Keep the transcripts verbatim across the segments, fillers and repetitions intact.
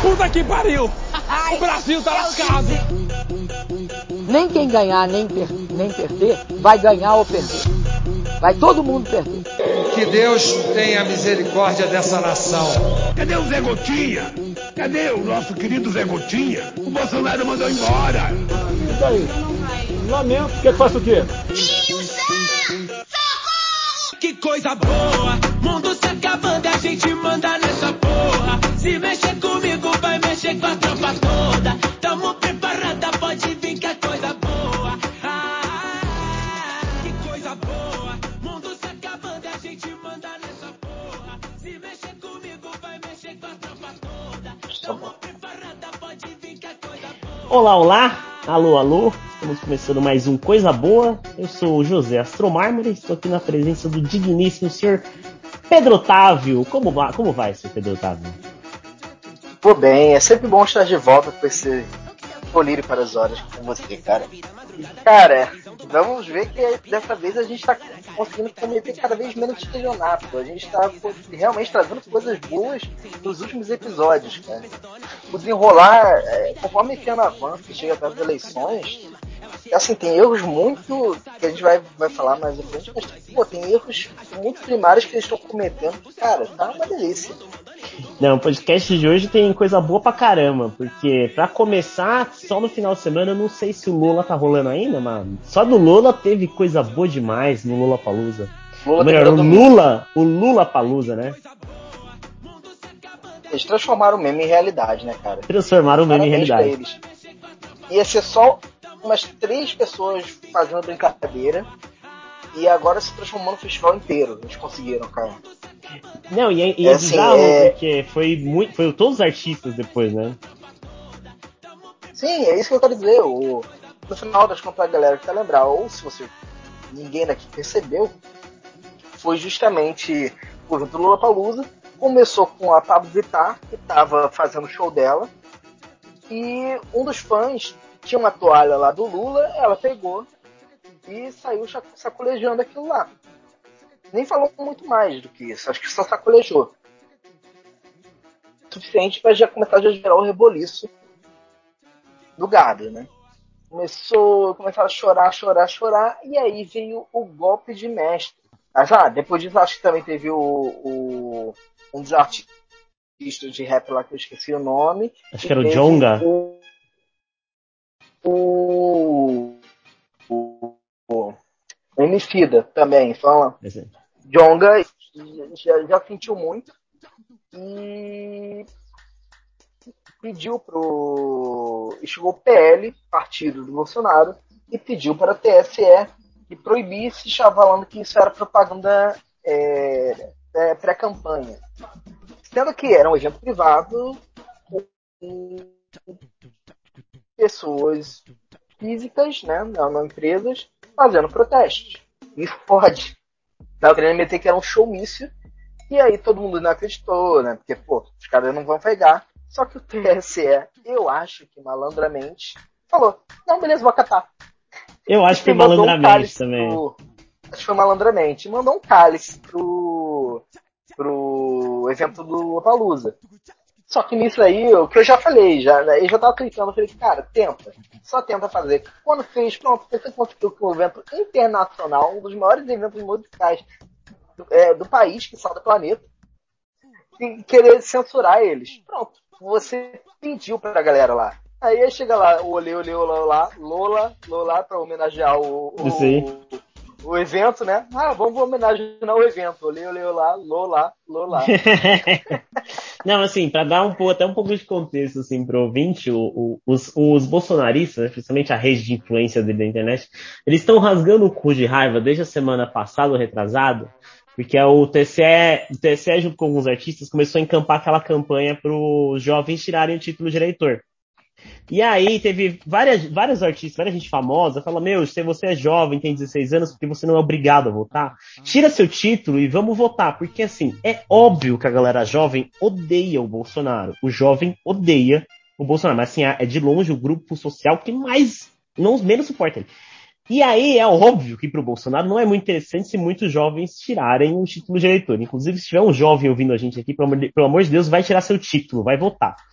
Puta que pariu! O Brasil tá lascado! Nem quem ganhar, nem, per- nem perder, vai ganhar ou perder. Vai todo mundo perder. Que Deus tenha misericórdia dessa nação. Cadê o Zé Gotinha? Cadê o nosso querido Zé Gotinha? O Bolsonaro mandou embora. E daí? Lamento. Quer que faça o quê? Que coisa boa, mundo se acabando, a gente manda nessa porra. Se mexer comigo, vai mexer com a tropa toda. Tamo preparada, pode vir que é coisa boa. Ah, que coisa boa, mundo se acabando, a gente manda nessa porra. Se mexer comigo, vai mexer com a tropa toda. Tamo preparada, pode vir que é coisa boa. Olá, olá, alô, alô, estamos começando mais um Coisa Boa. Eu sou o José Astromármore, estou aqui na presença do digníssimo senhor Pedro Otávio. Como vai, como vai, senhor Pedro Otávio? Pô, bem, é sempre bom estar de volta com esse colírio para as horas com você, cara. Cara, vamos ver que dessa vez a gente está conseguindo cometer cada vez menos estelionato. A gente está realmente trazendo coisas boas nos últimos episódios, cara. O desenrolar, é, conforme esse ano avança e chega para as eleições, assim, tem erros muito, que a gente vai, vai falar mais à frente, mas pô, tem erros muito primários que eles estão cometendo. Cara, tá uma delícia. Não, o podcast de hoje tem coisa boa pra caramba, porque pra começar, só no final de semana, eu não sei se o Lula tá rolando ainda, mas só do Lula teve coisa boa demais no Lollapalooza. Lula Ou melhor, o Lula, o Lula-Palusa, né? Eles transformaram o meme em realidade, né, cara? Transformaram o meme em realidade. Eles. Ia ser só umas três pessoas fazendo brincadeira e agora se transformou no festival inteiro. Eles conseguiram, cara. Não, e é, e é, é assim, bizarro, é... porque foi muito, foi todos os artistas depois, né? Sim, é isso que eu quero dizer. O, no final das contas, a galera que vai lembrar, ou se você ninguém daqui percebeu, foi justamente o evento do Lollapalooza. Começou com a Pablo Vittar, que estava fazendo o show dela, e um dos fãs tinha uma toalha lá do Lula, ela pegou e saiu sacolejando aquilo lá. Nem falou muito mais do que isso, acho que só sacolejou. O suficiente para já começar a gerar o reboliço do gado, né? Começou, começaram a chorar, chorar, chorar, e aí veio o golpe de mestre. Ah, já, depois disso acho que também teve o, o um dos artistas de rap lá que eu esqueci o nome. Acho que era o Djonga. O, o, o, o Emicida também, fala. Esse. Djonga já, já sentiu muito e pediu pro. E chegou o P L, partido do Bolsonaro, e pediu para a T S E que proibisse, falando que isso era propaganda é, é, pré-campanha. Sendo que era um evento privado com pessoas físicas, né, não, não empresas, fazendo protestos. Isso pode. Tava querendo meter que era um showmício, e aí todo mundo não acreditou, né? Porque, pô, os caras não vão pegar. Só que o T S E, eu acho que malandramente, falou, não, beleza, vou acatar. Eu acho que foi malandramente um também. Pro, acho que foi malandramente. Mandou um cálice pro, pro evento do Lollapalooza. Só que nisso aí, o que eu já falei, já, eu já tava tweetando, eu falei, cara, tenta. Só tenta fazer. Quando fez, pronto, você conseguiu que um evento internacional, um dos maiores eventos musicais do, é, do país, que só do planeta, e querer censurar eles. Pronto, você pediu pra galera lá. Aí chega lá, o olê, olê, olá, Lola, Lola, pra homenagear o, o, o evento, né? Ah, vamos homenagear o evento. Olê, olê, olá, Lola, Lola. Não, assim, pra dar um pouco, até um pouco de contexto, assim, pro ouvinte, o, o, os, os bolsonaristas, né, principalmente a rede de influência dele da internet, eles estão rasgando o cu de raiva desde a semana passada, ou retrasado, porque o T S E, o T S E, junto com alguns artistas, começou a encampar aquela campanha pros jovens tirarem o título de eleitor. E aí teve várias, vários artistas, várias gente famosa, fala, meu, se você é jovem, tem dezesseis anos, porque você não é obrigado a votar, tira seu título e vamos votar, porque assim, é óbvio que a galera jovem odeia o Bolsonaro, o jovem odeia o Bolsonaro, mas assim, é de longe o grupo social que mais, não menos suporta ele. E aí é óbvio que pro Bolsonaro não é muito interessante se muitos jovens tirarem o título de eleitor, inclusive se tiver um jovem ouvindo a gente aqui, pelo amor de, pelo amor de Deus, vai tirar seu título, vai votar.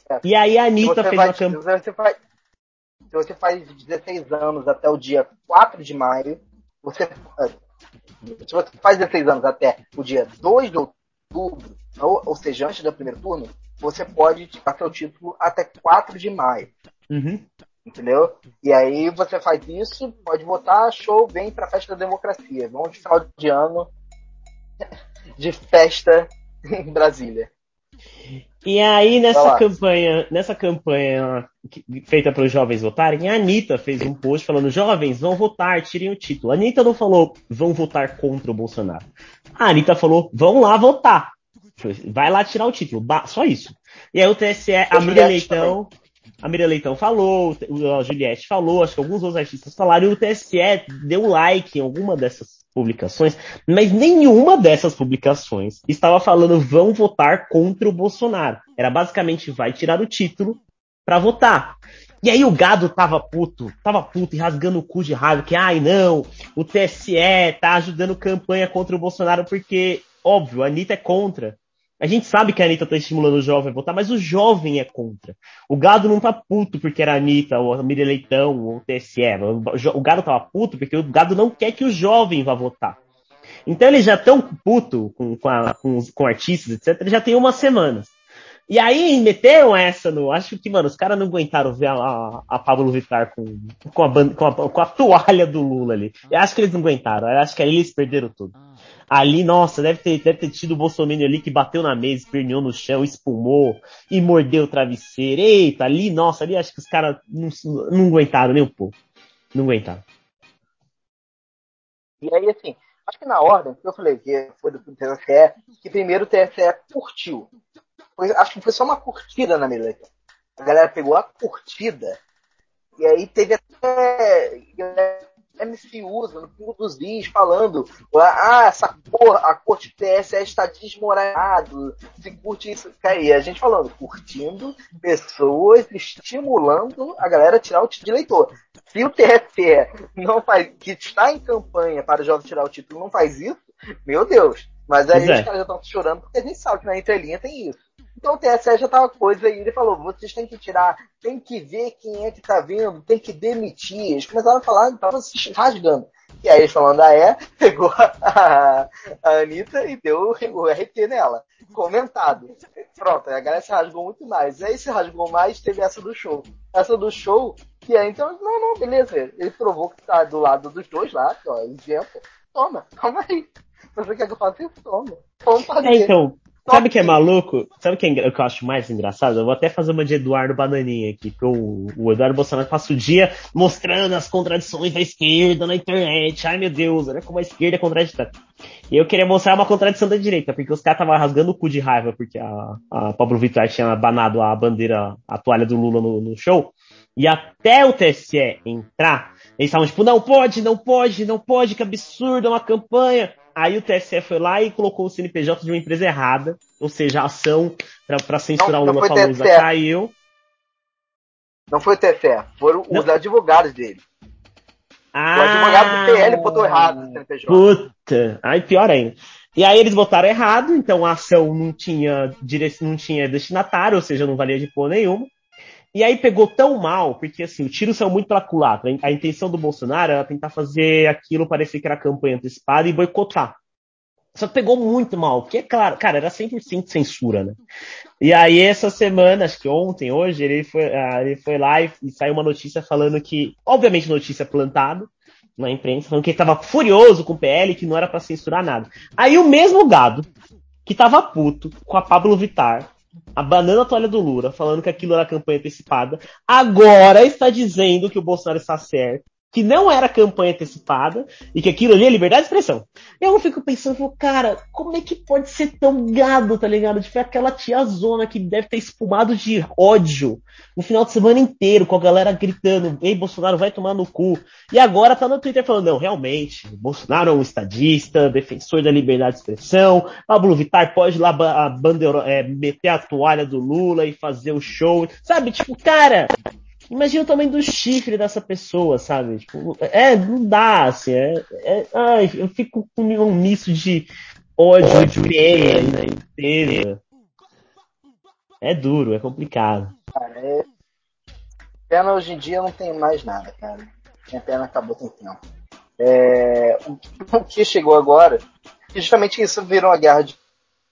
E aí a Anitta fez vai, uma campanha. Se você faz, se você faz dezesseis anos até o dia quatro de maio, você. Se você faz dezesseis anos até o dia dois de outubro, ou, ou seja, antes do primeiro turno, você pode tirar seu título até quatro de maio. Uhum. Entendeu? E aí você faz isso, pode votar, show, vem pra festa da democracia. Vamos de final de ano de festa em Brasília. E aí, nessa campanha, nessa campanha feita para os jovens votarem, a Anitta fez um post falando: jovens, vão votar, tirem o título. A Anitta não falou, vão votar contra o Bolsonaro. A Anitta falou, vão lá votar. Vai lá tirar o título. Só isso. E aí o T S E, a Miriam Leitão, a Miriam Leitão falou, a Juliette falou, acho que alguns outros artistas falaram, e o T S E deu like em alguma dessas publicações, mas nenhuma dessas publicações estava falando vão votar contra o Bolsonaro. Era basicamente vai tirar o título pra votar. E aí o gado tava puto, tava puto e rasgando o cu de raiva, que ai não, o T S E tá ajudando campanha contra o Bolsonaro porque, óbvio, a Anitta é contra. A gente sabe que a Anitta tá estimulando o jovem a votar, mas o jovem é contra. O gado não tá puto porque era a Anitta, ou a Miriam Leitão, ou o T S E. O gado tava puto porque o gado não quer que o jovem vá votar. Então eles já estão puto com, com, a, com, com artistas, etcétera, já tem umas semanas. E aí meteram essa no... Acho que, mano, os caras não aguentaram ver a, a, a Pablo Vittar com, com, a, com, a, com a toalha do Lula ali. Eu acho que eles não aguentaram. Eu acho que ali eles perderam tudo. Ali, nossa, deve ter, deve ter tido o Bolsonaro ali que bateu na mesa, esperneou no chão, espumou e mordeu o travesseiro. Eita, ali, nossa, ali acho que os caras não, não aguentaram nem um pouco. Não aguentaram. E aí, assim, acho que na ordem, que eu falei que foi do T S E, que primeiro o T S E curtiu. Foi, acho que foi só uma curtida na Miriam. A galera pegou a curtida e aí teve até M C usa no Pingo dos Is falando ah, essa porra, a corte do T S E está desmoralizado, se curte isso. E a gente falando, curtindo pessoas, estimulando a galera a tirar o título de eleitor. Se o T S E não faz, que está em campanha para o jovem tirar o título, não faz isso, meu Deus. Mas aí os caras já estão chorando porque a gente sabe que na entrelinha tem isso. Então o T S E já tava coisa aí, ele falou, vocês têm que tirar, tem que ver quem é que tá vendo, tem que demitir. Eles começaram a falar, estavam se rasgando. E aí eles falando, ah é, pegou a, a Anitta e deu o R T nela. Comentado. Pronto, a galera se rasgou muito mais. Aí se rasgou mais, teve essa do show. Essa do show, que aí então, não, não, beleza. Ele provou que tá do lado dos dois lá, ó, exemplo. Toma, toma aí. Você quer que eu faça isso? Toma. Vamos fazer. É, então... Sabe o que é maluco? Sabe o que, é, o que eu acho mais engraçado? Eu vou até fazer uma de Eduardo Bananinha aqui, porque o, o Eduardo Bolsonaro passa o dia mostrando as contradições da esquerda na internet. Ai meu Deus, olha como a esquerda é contraditória. E eu queria mostrar uma contradição da direita, porque os caras estavam rasgando o cu de raiva, porque a, a Pablo Vittar tinha banado a bandeira, a toalha do Lula no, no show. E até o T S E entrar, eles estavam tipo, não pode, não pode, não pode, que absurdo, é uma campanha. Aí o T S E foi lá e colocou o C N P J de uma empresa errada, ou seja, a ação para censurar não, o Lula Palusa caiu. Não foi o T S E, foram não. os advogados dele. Ah, o advogado do P L botou errado no C N P J. Puta, aí pior ainda. E aí eles botaram errado, então a ação não tinha, dire... não tinha destinatário, ou seja, não valia de porra nenhuma. E aí pegou tão mal, porque assim, o tiro saiu muito pela culatra. A intenção do Bolsonaro era tentar fazer aquilo parecer que era campanha antecipada e boicotar. Só que pegou muito mal, porque, claro, cara, era cem por cento censura, né? E aí essa semana, acho que ontem, hoje, ele foi, ele foi lá e, e saiu uma notícia falando que, obviamente notícia plantada na imprensa, falando que ele estava furioso com o P L, que não era pra censurar nada. Aí o mesmo gado, que tava puto com a Pablo Vittar, abanando a toalha do Lula, falando que aquilo era campanha antecipada, agora está dizendo que o Bolsonaro está certo, que não era campanha antecipada e que aquilo ali é liberdade de expressão. Eu fico pensando, cara, como é que pode ser tão gado, tá ligado? Tipo, aquela tiazona que deve ter espumado de ódio no final de semana inteiro, com a galera gritando, ei, Bolsonaro, vai tomar no cu. E agora tá no Twitter falando, não, realmente, Bolsonaro é um estadista, defensor da liberdade de expressão, Pablo Vittar pode ir lá a bandeira, é, meter a toalha do Lula e fazer o show. Sabe, tipo, cara... Imagina o tamanho do chifre dessa pessoa, sabe? Tipo, é, não dá, assim, é, é, ai, eu fico com um misto de ódio, ódio e pena inteira. É duro, é complicado. Cara, é... Pena hoje em dia não tem mais nada, cara. Minha perna acabou tem tempo. É... O que chegou agora, justamente isso virou uma guerra de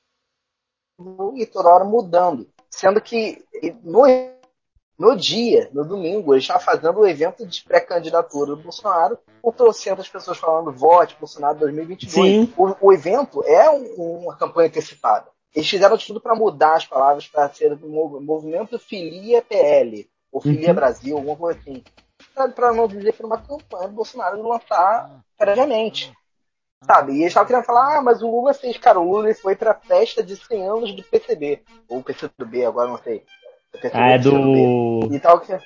e toda hora mudando. Sendo que no, no dia, no domingo, eles estavam fazendo o evento de pré-candidatura do Bolsonaro, com trocentas pessoas falando vote Bolsonaro dois mil e vinte e dois. Sim. O, o evento é um, uma campanha antecipada. Eles fizeram de tudo para mudar as palavras para ser do movimento Filia P L, ou Filia Uhum. Brasil, alguma coisa assim. Para não dizer que era uma campanha do Bolsonaro de lançar previamente. Sabe? E eles estavam querendo falar, ah, mas o Lula fez, cara, o Lula foi pra festa de cem anos do P C B. Ou P C do B, agora não sei. P C B, Ah, é P C do B. do. E tal que.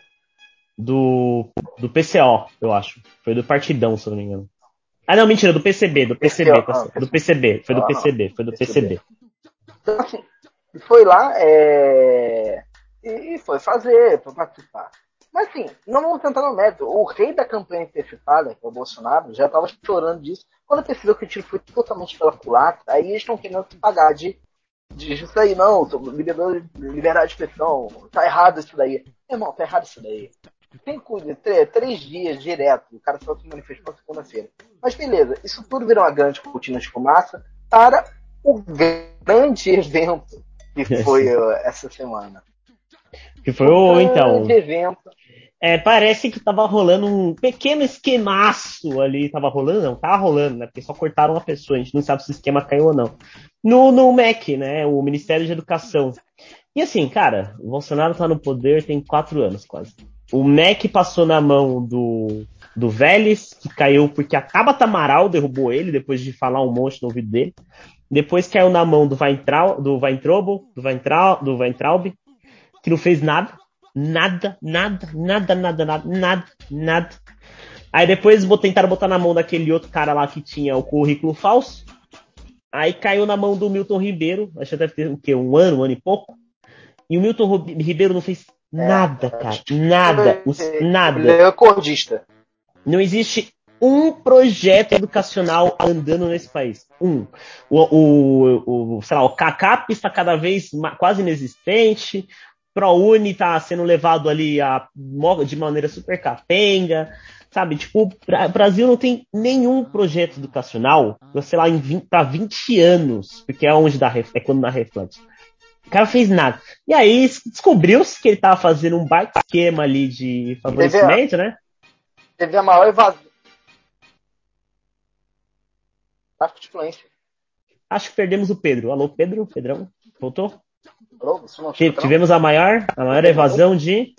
Do. Do P C O, eu acho. Foi do Partidão, se eu não me engano. Ah, não, mentira, do P C B, do P C B, tá certo. Do P C B, foi do P C B, foi do P C B. Então, assim, foi lá é... e foi fazer, foi participar. Mas assim, não vamos tentar no mérito. O rei da campanha antecipada, que é o Bolsonaro, já estava chorando disso. Quando percebeu que o tiro foi totalmente pela culatra, aí eles estão querendo pagar de, de isso aí, não, liberdade de expressão, tá errado isso daí. Irmão, tá errado isso daí. Tem três, três dias direto, o cara só se manifestou na segunda-feira. Mas beleza, isso tudo virou uma grande cortina de fumaça para o grande evento que foi uh, essa semana. Que foi o, grande então. evento. É, parece que tava rolando um pequeno esquemaço ali. Tava rolando? Não, tava rolando, né? Porque só cortaram uma pessoa, a gente não sabe se o esquema caiu ou não. No, no M E C, né? O Ministério de Educação. E assim, cara, o Bolsonaro tá no poder tem quatro anos quase. O M E C passou na mão do, do Vélez, que caiu porque a Tabata Amaral derrubou ele, depois de falar um monte no ouvido dele. Depois caiu na mão do Weintraub, do Weintraub, do Weintraub, do Weintraub, que não fez nada. Nada, nada, nada, nada, nada, nada, nada. Aí depois tentaram botar na mão daquele outro cara lá que tinha o currículo falso. Aí caiu na mão do Milton Ribeiro, acho que deve ter o quê? Um ano, um ano e pouco. E o Milton Ribeiro não fez nada, é, cara. Nada. Os, nada. Ele é cordista. Não existe um projeto educacional andando nesse país. Um. O, o, o, sei lá, o CACAP está cada vez quase inexistente. ProUni está sendo levado ali a, de maneira super capenga. Sabe, tipo, o Brasil não tem nenhum projeto educacional, sei lá, para vinte anos, porque é onde dá, é quando dá reflexo. O cara fez nada. E aí descobriu-se que ele estava fazendo um baita esquema ali de favorecimento, teve a, né? Teve a maior evasão. Tráfico de influência. Acho que perdemos o Pedro. Alô, Pedro? Pedrão? Voltou? Alô, não Tivemos a maior, a maior evasão de...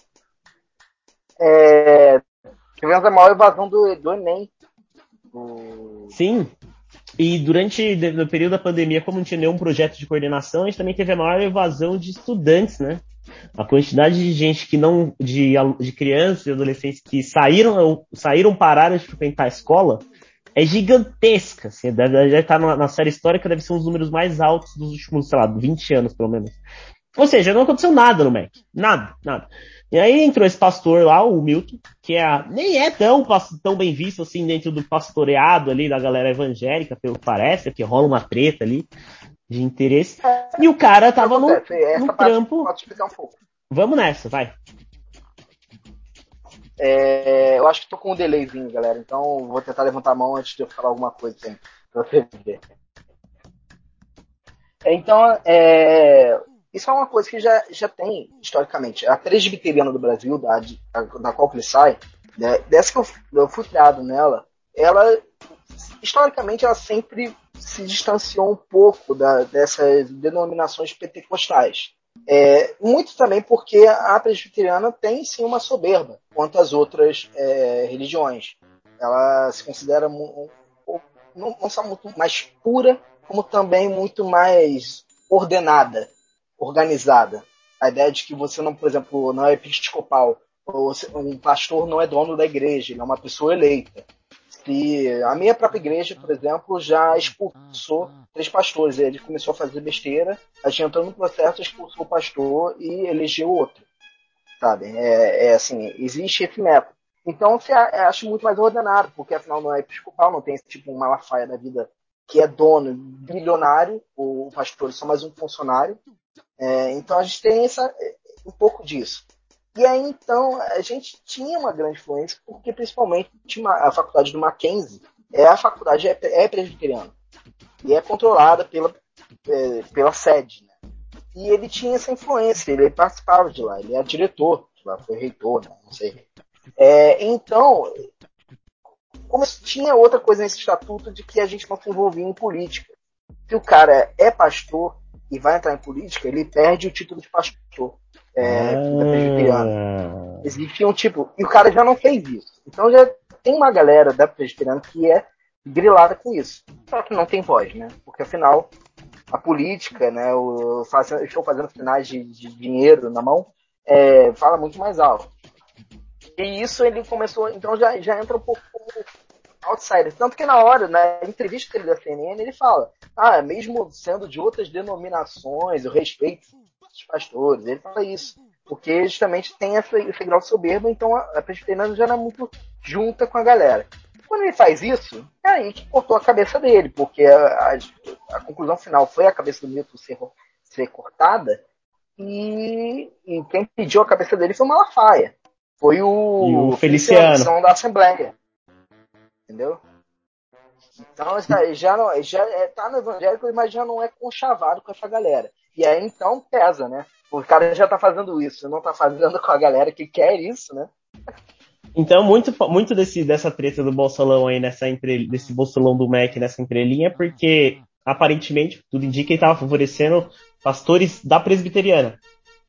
É, tivemos a maior evasão do, do Enem. Do... Sim. E durante, no período da pandemia, como não tinha nenhum projeto de coordenação, a gente também teve a maior evasão de estudantes, né? A quantidade de gente que não, de, de crianças e adolescentes que saíram, saíram, pararam de frequentar a escola, é gigantesca. Assim, deve, já tá na, na série histórica, deve ser um dos números mais altos dos últimos, sei lá, vinte anos, pelo menos. Ou seja, não aconteceu nada no M E C. Nada, nada. E aí entrou esse pastor lá, o Milton, que é, nem é tão, tão bem visto assim dentro do pastoreado ali da galera evangélica, pelo que parece, porque rola uma treta ali de interesse. E o cara tava no, no trampo. Pode explicar um pouco. Vamos nessa, vai. É, eu acho que tô com um delayzinho, galera, então vou tentar levantar a mão antes de eu falar alguma coisa assim, pra você ver. Então, é, isso é uma coisa que já, já tem, historicamente. A presbiteriana do Brasil, da, da qual ele sai, né, dessa que eu, eu fui criado nela, ela, historicamente, ela sempre se distanciou um pouco da, dessas denominações pentecostais. É, muito também porque a presbiteriana tem, sim, uma soberba quanto às outras é, religiões. Ela se considera um, um, não, não só muito mais pura, como também muito mais ordenada, organizada. A ideia de que você não, por exemplo, não é episcopal, ou um pastor não é dono da igreja, ele é uma pessoa eleita. Se a minha própria igreja, por exemplo, já expulsou três pastores, ele começou a fazer besteira, a gente entrou no processo, expulsou o pastor e elegeu outro, sabe? É, é assim, existe esse método. Então, você acha muito mais ordenado, porque afinal não é episcopal, não tem esse tipo um Malafaia da vida que é dono, bilionário, o pastor é só mais um funcionário, É, então a gente tem essa, um pouco disso. E aí então a gente tinha uma grande influência, porque principalmente a faculdade do Mackenzie é a faculdade é, é presbiteriana e é controlada pela, é, pela sede, né? E ele tinha essa influência, ele participava de lá, ele era diretor de lá, foi reitor, né? Não sei. É, então, como tinha outra coisa nesse estatuto de que a gente não se envolvia em política. Se o cara é pastor e vai entrar em política, ele perde o título de pastor. É, ah. da presbiteriana. Existe um tipo. E o cara já não fez isso. Então já tem uma galera da presbiteriana que é grilada com isso. Só que não tem voz, né? Porque afinal, a política, né? O, eu estou fazendo sinais de, de dinheiro na mão, é, fala muito mais alto. E isso ele começou. Então já, já entra um pouco como outsider. Tanto que na hora, na entrevista que ele deu da C N N, ele fala: ah, mesmo sendo de outras denominações, eu respeito os pastores. Ele fala isso. Porque justamente tem essa, esse grau de soberba, então a, a presbiteriana já não é muito junta com a galera. Quando ele faz isso, é aí que cortou a cabeça dele, porque a, a, a conclusão final foi a cabeça do Milton ser, ser cortada, e, e quem pediu a cabeça dele foi o Malafaia. Foi o, e o Feliciano, Feliciano da Assembleia. Entendeu? Então já, não, já é, tá no evangélico, mas já não é conchavado com essa galera. E aí então pesa, né? O cara já tá fazendo isso, não tá fazendo com a galera que quer isso, né? Então, muito, muito desse, dessa treta do Bolsolão aí, nessa entre, desse Bolsolão do M E C nessa entrelinha, é porque, aparentemente, tudo indica que ele estava favorecendo pastores da presbiteriana.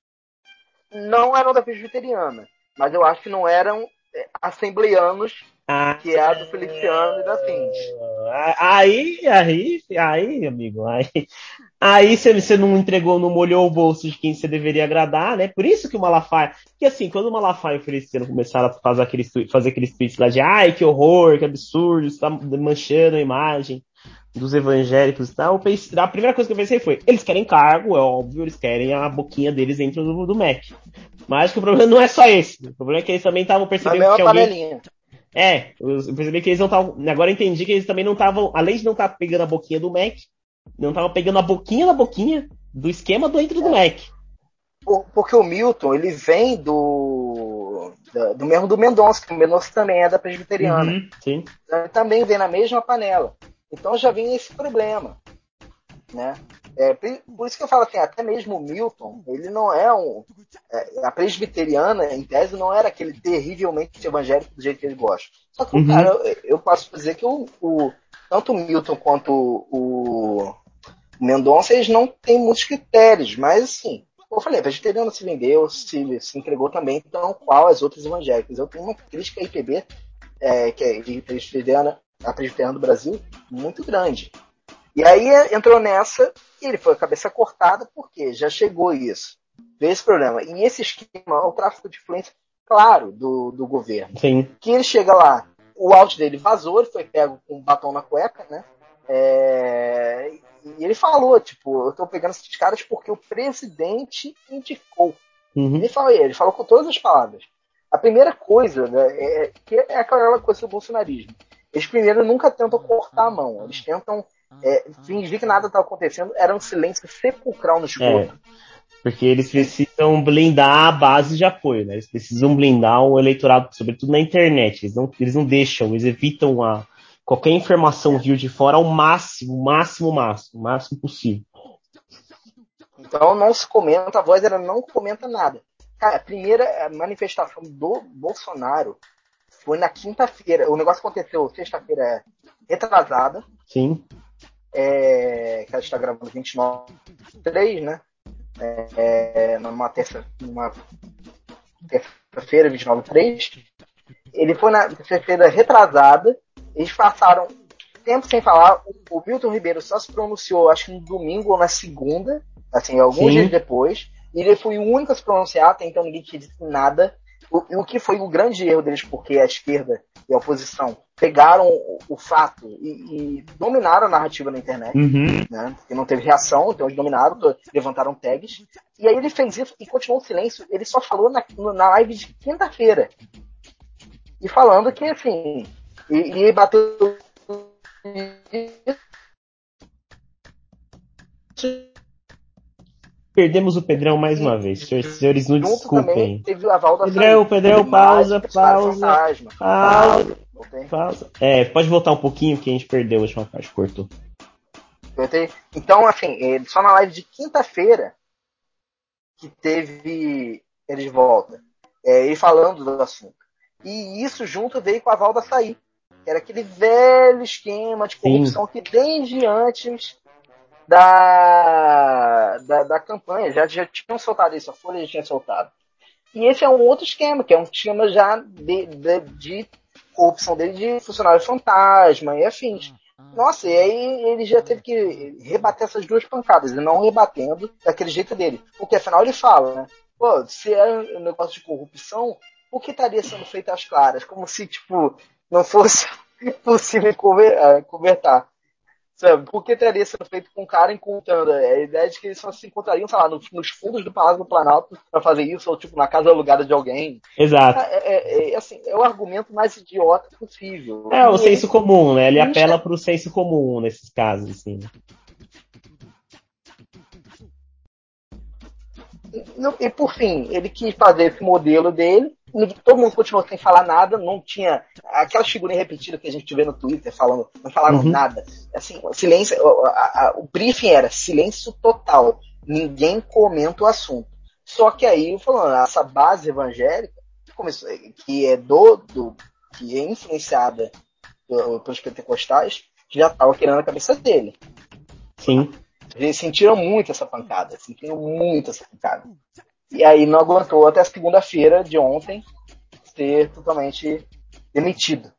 Não eram da presbiteriana, mas eu acho que não eram é, assembleanos, ah, que é a do Feliciano e da Cindy. Aí, aí, aí, amigo, aí... Aí você não entregou, não molhou o bolso de quem você deveria agradar, né? Por isso que o Malafaia... Porque assim, quando o Malafaia e o Feliciano começaram a fazer aqueles, fazer aqueles tweets lá de ai, que horror, que absurdo, isso tá manchando a imagem dos evangélicos e tal, a primeira coisa que eu pensei foi, eles querem cargo, é óbvio, eles querem a boquinha deles dentro do, do M E C. Mas que o problema não é só esse. O problema é que eles também estavam percebendo que tinha panelinha. alguém... É, eu percebi que eles não estavam... Agora eu entendi que eles também não estavam... Além de não estar pegando a boquinha do M E C, não tava pegando a boquinha da boquinha do esquema dentro do é. M E C. Porque o Milton, ele vem do, do mesmo do Mendonça, que o Mendonça também é da presbiteriana. Uhum, sim. Ele também vem na mesma panela. Então já vem esse problema, né? É, por isso que eu falo assim, até mesmo o Milton, ele não é um... É, a presbiteriana, em tese, não era aquele terrivelmente evangélico do jeito que ele gosta. Só que, uhum. cara, eu, eu posso dizer que o, o, tanto o Milton quanto o, o Mendonça, eles não têm muitos critérios, mas assim, como eu falei, a presbiteriana se vendeu, se, se entregou também, então qual as outras evangélicas? Eu tenho uma crítica à I P B, é, que é de presbiteriana, a presbiteriana do Brasil, muito grande. E aí entrou nessa e ele foi a cabeça cortada porque já chegou isso. Veio esse problema. E esse esquema é o tráfico de influência, claro, do, do governo. Sim. Que ele chega lá, o áudio dele vazou, ele foi pego com um batom na cueca, né? É, e ele falou, tipo, eu tô pegando esses caras porque o presidente indicou. Uhum. Ele falou, ele falou com todas as palavras. A primeira coisa, né, é, que é aquela coisa do bolsonarismo. Eles primeiro nunca tentam cortar a mão, eles tentam é, fingir que nada está acontecendo, era um silêncio sepulcral no esgoto. É, porque eles precisam blindar a base de apoio, né? Eles precisam blindar o eleitorado, sobretudo na internet. Eles não, eles não deixam, eles evitam a, qualquer informação vindo de fora ao máximo, máximo, máximo, máximo possível. Então não se comenta, a voz era não comenta nada. Cara, a primeira manifestação do Bolsonaro foi na quinta-feira. O negócio aconteceu sexta-feira retrasada. Sim. É, que a gente está gravando vinte e nove três, né? É, numa terça, numa terça-feira, vinte e nove três. Ele foi na terça-feira retrasada. Eles passaram tempo sem falar. O, o Milton Ribeiro só se pronunciou, acho que no domingo ou na segunda, assim, alguns Sim. dias depois. E ele foi o único a se pronunciar, até então ninguém tinha dito nada. O, o que foi o grande erro deles, porque a esquerda e a oposição pegaram o, o fato e, e dominaram a narrativa na internet, uhum. né? E não teve reação, então eles dominaram, levantaram tags. E aí ele fez isso e continuou o silêncio. Ele só falou na, na live de quinta-feira. E falando que, assim, e, e bateu... perdemos o Pedrão mais uma vez. Senhores, senhores nos Junto desculpem. também teve a Valda Pedrão, Pedrão, pausa, pausa, fantasma. pausa, pausa. É, pode voltar um pouquinho que a gente perdeu a última parte, cortou. Então, assim, só na live de quinta-feira que teve ele de volta. É, ele falando do assunto. E isso junto veio com a Valda sair. Era aquele velho esquema de corrupção Sim. que desde antes da, da, da campanha já, já tinham soltado isso, a Folha já tinha soltado. E esse é um outro esquema, que é um esquema já de, de, de corrupção dele de funcionário fantasma e afins. Nossa, e aí ele já teve que rebater essas duas pancadas, e não rebatendo daquele jeito dele. Porque afinal ele fala, né? Pô, se é um negócio de corrupção, por que estaria sendo feito às claras? Como se, tipo, não fosse possível converter. Sabe? Por que teria sido feito com o cara encontrando? A ideia de que eles só se encontrariam, sei lá, nos fundos do Palácio do Planalto pra fazer isso, ou tipo, na casa alugada de alguém. Exato. É, é, é, assim, é o argumento mais idiota possível. É, o e senso ele... comum, né? Ele apela pro senso comum nesses casos, assim. E, e por fim, ele quis fazer esse modelo dele, todo mundo continuou sem falar nada, não tinha aquela figurinha repetida que a gente vê no Twitter falando, não falaram uhum. nada. Assim, silêncio, a, a, o briefing era silêncio total, ninguém comenta o assunto. Só que aí, falando, essa base evangélica começou, que é do, do que é influenciada pelos pentecostais, já estava querendo a cabeça dele. Sim. Eles sentiram muito essa pancada, sentiram muito essa pancada. E aí não aguentou até a segunda-feira de ontem ser totalmente demitido.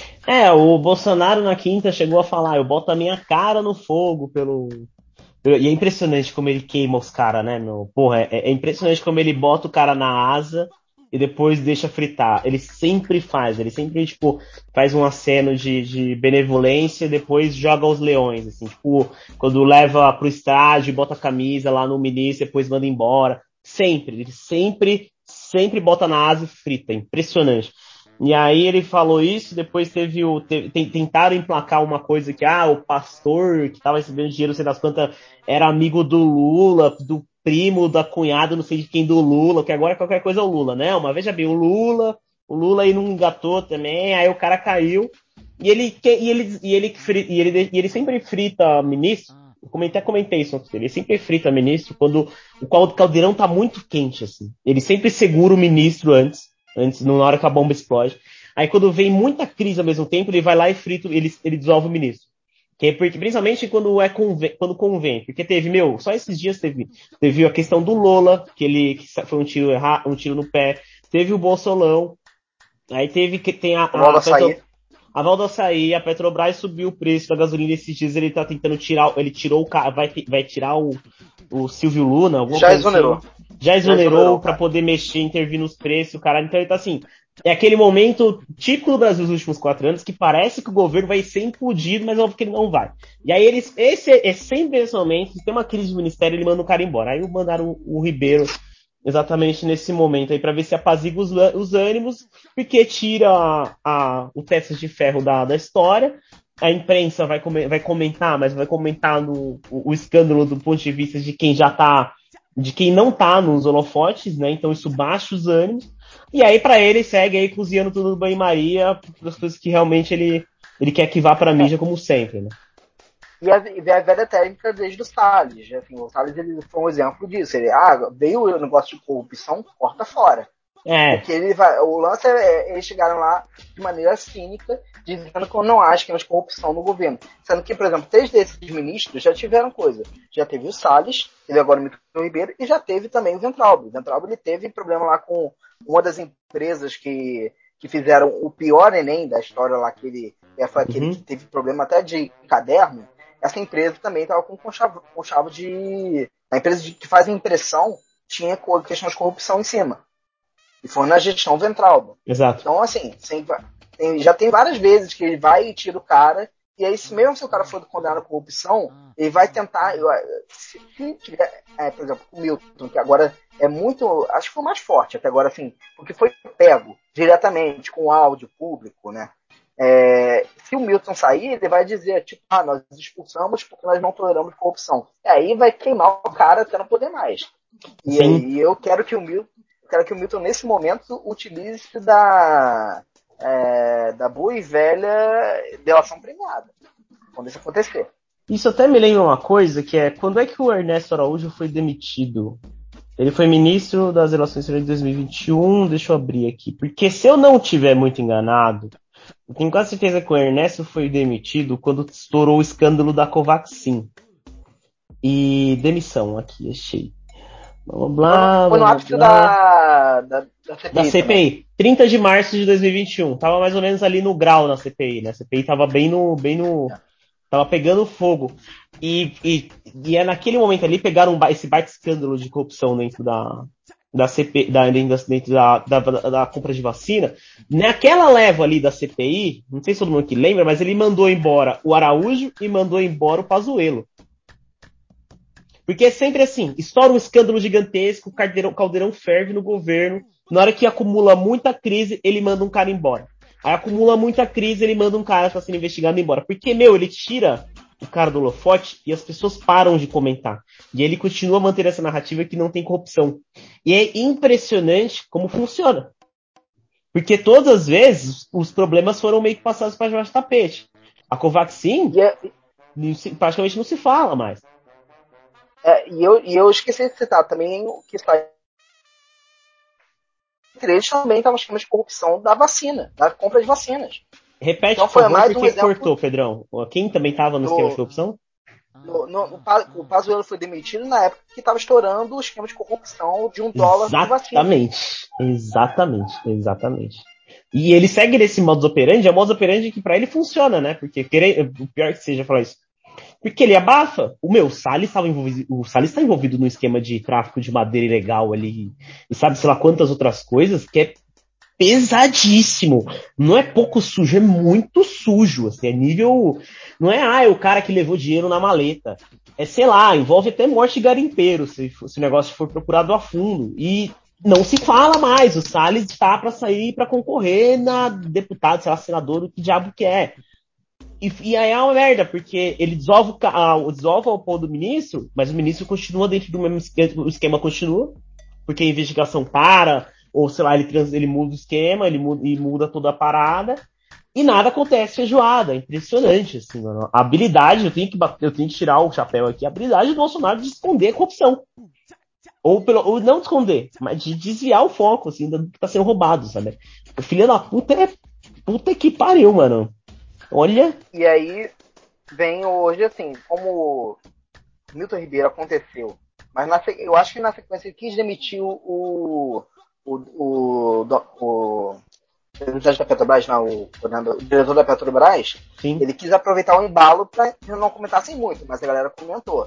É, o Bolsonaro na quinta chegou a falar, eu boto a minha cara no fogo pelo... E é impressionante como ele queima os caras, né, meu? Porra, é, é impressionante como ele bota o cara na asa e depois deixa fritar. Ele sempre faz, ele sempre, tipo, faz um aceno de, de benevolência e depois joga os leões, assim, tipo, quando leva pro estádio, bota a camisa lá no ministro, depois manda embora. Sempre, ele sempre, sempre bota na asa e frita, impressionante. E aí ele falou isso, depois teve o. Teve, tentaram emplacar uma coisa que, ah, o pastor que tava recebendo dinheiro, não sei das quantas, era amigo do Lula, do primo, da cunhada, não sei de quem do Lula, que agora qualquer coisa é o Lula, né? Mas veja bem, o Lula, o Lula aí não engatou também, aí o cara caiu, e ele, e ele, e ele, e ele, e ele sempre frita ministro. Eu comentei, comentei isso antes dele. Ele sempre frita ministro quando o caldeirão tá muito quente, assim. Ele sempre segura o ministro antes, antes, na hora que a bomba explode. Aí quando vem muita crise ao mesmo tempo, ele vai lá e frita, ele, ele dissolve o ministro. Que é porque, principalmente quando, é convém, quando convém. Porque teve, meu, só esses dias teve, teve a questão do Lola, que ele que foi um tiro errado, um tiro no pé. Teve o Bolsolão. Aí teve que tem a, a, a Petro, a Valdo Açaí, a Petrobras subiu o preço da gasolina esses dias, ele tá tentando tirar, ele tirou o carro, vai, vai tirar o, o Silvio Luna, alguma Já coisa exonerou. assim. Já exonerou para poder mexer, intervir nos preços, caralho. Então ele tá assim, é aquele momento típico do Brasil dos últimos quatro anos, que parece que o governo vai ser implodido, mas é óbvio que ele não vai. E aí eles, esse é sempre esse momento, se tem uma crise de ministério, ele manda o cara embora. Aí mandaram o, o Ribeiro exatamente nesse momento aí, para ver se apazigua os, os ânimos, porque tira a, a, o teste de ferro da, da história, a imprensa vai, come, vai comentar, mas vai comentar no, o, o escândalo do ponto de vista de quem já tá, de quem não tá nos holofotes, né, então isso baixa os ânimos, e aí para ele segue aí cozinhando tudo no banho-maria, das coisas que realmente ele, ele quer que vá pra mídia como sempre, né. E a, e a velha técnica desde o Salles. Assim, o Salles ele foi um exemplo disso. Ele, ah, veio o negócio de corrupção, corta fora. É. Porque ele vai, o lance é, eles chegaram lá de maneira cínica, dizendo que eu não acho que é corrupção no governo. Sendo que, por exemplo, três desses ministros já tiveram coisa. Já teve o Salles, ele agora me o Ribeiro, e já teve também o Weintraub. O Weintraub ele teve problema lá com uma das empresas que, que fizeram o pior Enem da história lá, que ele foi aquele uhum. que teve problema até de caderno. Essa empresa também estava com conchavo, conchavo de... A empresa de, que faz a impressão tinha questão de corrupção em cima. E foi na gestão Weintraub. Exato. Então, assim, tem, já tem várias vezes que ele vai e tira o cara, e aí, se mesmo se o cara for condenado a corrupção, ele vai tentar... Se, se tiver, é, por exemplo, o Milton, que agora é muito... Acho que foi mais forte até agora, assim, porque foi pego diretamente com áudio público, né? É, se o Milton sair, ele vai dizer, tipo, ah, nós expulsamos porque nós não toleramos corrupção. E aí vai queimar o cara até não poder mais. E, e eu quero que o Milton, quero que o Milton, nesse momento, utilize da, é, da boa e velha delação premiada. Quando isso acontecer. Isso até me lembra uma coisa, que é, quando é que o Ernesto Araújo foi demitido? Ele foi ministro das Relações Exteriores de dois mil e vinte e um, deixa eu abrir aqui. Porque se eu não estiver muito enganado, eu tenho quase certeza que o Ernesto foi demitido quando estourou o escândalo da Covaxin. E demissão, aqui, achei. Blá, blá, foi no blá, ápice blá. Da, da, da C P I. Da C P I. Também. trinta de março de dois mil e vinte e um. Tava mais ou menos ali no grau na C P I, né? A C P I tava bem no... Bem no tava pegando fogo. E, e, e é naquele momento ali, pegaram um, esse baita escândalo de corrupção dentro da... da C P I, da, dentro da, da, da, da compra de vacina. Naquela leva ali da C P I, não sei se todo mundo que lembra, mas ele mandou embora o Araújo e mandou embora o Pazuello. Porque é sempre assim, estoura um escândalo gigantesco, o caldeirão, caldeirão ferve no governo, na hora que acumula muita crise, ele manda um cara embora. Aí acumula muita crise, ele manda um cara que está sendo investigado embora. Porque, meu, ele tira o cara do holofote e as pessoas param de comentar. E ele continua mantendo essa narrativa que não tem corrupção. E é impressionante como funciona. Porque todas as vezes os problemas foram meio que passados para debaixo do tapete. A Covaxin yeah. praticamente não se fala mais. É, e, eu, e eu esqueci de citar também o que está entre eles também estava os esquemas de corrupção da vacina, da compra de vacinas. Repete, então, por foi favor, mais porque um exemplo, cortou, Pedrão. Quem também estava no, no esquema de corrupção? No, no, no, o Pazuello foi demitido na época que estava estourando o esquema de corrupção de um dólar de vacina. Exatamente, exatamente, exatamente. E ele segue nesse modus operandi, é o modus operandi que para ele funciona, né? Porque querer, o pior que seja falar isso. Porque ele abafa. O meu, o Salles estava envolvido. O Salles está envolvido no esquema de tráfico de madeira ilegal ali. E sabe, sei lá, quantas outras coisas, que é pesadíssimo. Não é pouco sujo, é muito sujo. Assim, é nível. Não é, ah, é o cara que levou dinheiro na maleta. É, sei lá, envolve até morte de garimpeiro, se, se o negócio for procurado a fundo. E não se fala mais. O Salles está para sair para concorrer na deputado, sei lá, senador, o que diabo que é. E, e aí é uma merda, porque ele desova o, desova o pão do ministro, mas o ministro continua dentro do mesmo esquema, o esquema continua, porque a investigação para, ou sei lá, ele, trans, ele muda o esquema, ele muda, e muda toda a parada, e nada acontece feijoada. É impressionante, assim, mano. A habilidade, eu tenho, que, eu tenho que tirar o chapéu aqui, a habilidade do Bolsonaro de esconder a corrupção. Ou, pelo, ou não de esconder, mas de desviar o foco, assim, do que tá sendo roubado, sabe? O filho da puta é puta que pariu, mano. Olha. E aí vem hoje, assim, como Milton Ribeiro aconteceu, mas na, eu acho que na sequência ele quis demitir o o, o, o, o presidente da Petrobras, não, o, o diretor da Petrobras. Sim. Ele quis aproveitar o embalo para que não comentassem muito, mas a galera comentou.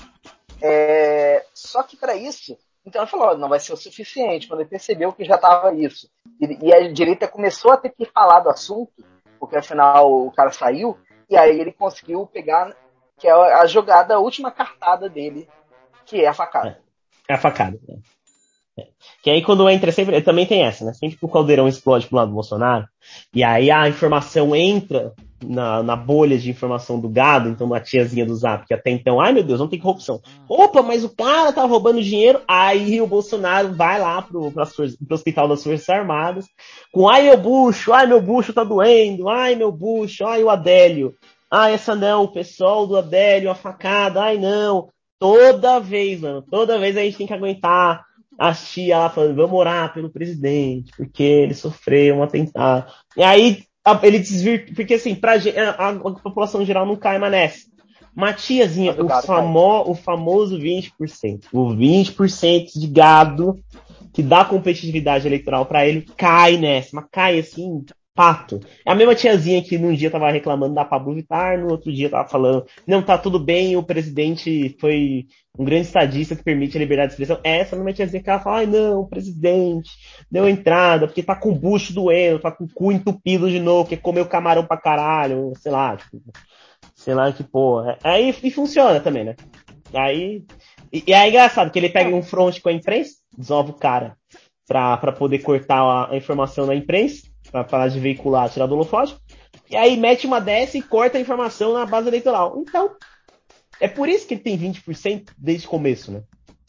É, só que para isso, então ele falou, não vai ser o suficiente, quando ele percebeu que já estava isso. E, e a direita começou a ter que falar do assunto, porque afinal o cara saiu, e aí ele conseguiu pegar, que é a jogada, a última cartada dele, que é a facada. É, é a facada. É. É. Que aí quando entra, sempre, também tem essa, né? Sempre que o caldeirão explode pro lado do Bolsonaro, e aí a informação entra na, na bolha de informação do gado, então na tiazinha do Zap, que até então, ai meu Deus, não tem corrupção. Opa, mas o cara tá roubando dinheiro, aí o Bolsonaro vai lá pro, pra, pro hospital das Forças Armadas, com ai meu bucho, ai meu bucho tá doendo, ai meu bucho, ai o Adélio, ai essa não, o pessoal do Adélio, a facada, ai não. Toda vez, mano, toda vez a gente tem que aguentar a tia lá falando, vamos orar pelo presidente, porque ele sofreu um atentado. E aí ele desvirtua, porque assim, pra, a, a população geral não cai mais nessa. Mas tiazinha, o, famo, o famoso vinte por cento, o vinte por cento de gado que dá competitividade eleitoral pra ele, cai nessa, mas cai assim, pato. É a mesma tiazinha que num dia tava reclamando da Pablo Vittar, no outro dia tava falando, não, tá tudo bem, o presidente foi um grande estadista que permite a liberdade de expressão. Essa mesma tiazinha que ela fala, ai não, o presidente deu entrada, porque tá com o bucho doendo, tá com o cu entupido de novo, porque comeu camarão pra caralho, sei lá, tipo, sei lá que porra. Aí e funciona também, né? Aí, e, e é engraçado que ele pega um front com a imprensa, desova o cara pra, pra poder cortar a, a informação da imprensa, pra parar de veicular, tirar do holofote. e aí mete uma dessa e corta a informação na base eleitoral. Então, é por isso que ele tem vinte por cento desde o começo, né?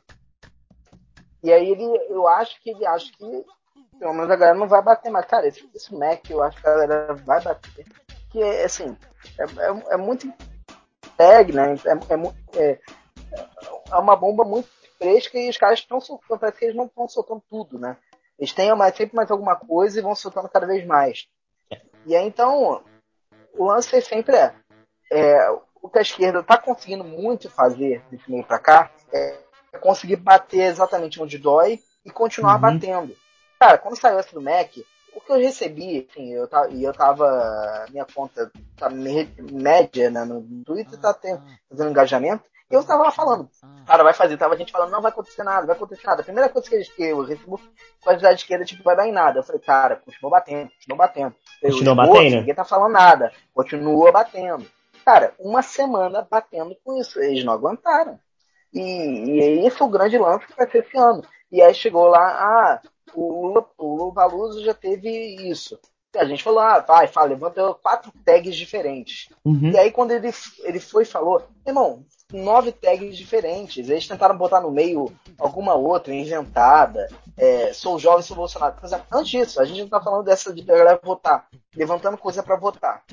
E aí ele, eu acho que ele acha que pelo menos a galera não vai bater, mas cara, esse, esse Mac eu acho que a galera vai bater. Que é assim, é, é, é muito tag, né? É, é, é uma bomba muito fresca e os caras estão soltando, parece que eles não estão soltando tudo, né? Eles têm mais, sempre mais alguma coisa e vão soltando cada vez mais. E aí então, o lance sempre é, é o que a esquerda está conseguindo muito fazer desse meio para cá é conseguir bater exatamente onde dói e continuar uhum. batendo. Cara, quando saiu essa do Mac, o que eu recebi, assim, eu tava, e eu tava, minha conta tá média, né, no Twitter, tá tendo, fazendo engajamento, e eu tava lá falando, cara, vai fazer, tava a gente falando, não vai acontecer nada, vai acontecer nada. A primeira coisa que, eles, que eu recebi, com a cidade esquerda, tipo, vai dar em nada. Eu falei, cara, continua batendo, continua batendo. Continua batendo? Ninguém tá falando nada, continua batendo. Cara, uma semana batendo com isso, eles não aguentaram. E, e esse é o grande lance que vai ser esse ano. E aí chegou lá, ah, o Lula, o Lula Palusa já teve isso. E a gente falou, ah, vai, fala, levantou quatro tags diferentes. Uhum. E aí quando ele, ele foi e falou, irmão, nove tags diferentes. Eles tentaram botar no meio alguma outra, inventada. É, sou jovem, sou Bolsonaro. Mas antes disso, a gente não tá falando dessa de galera votar, levantando coisa pra votar.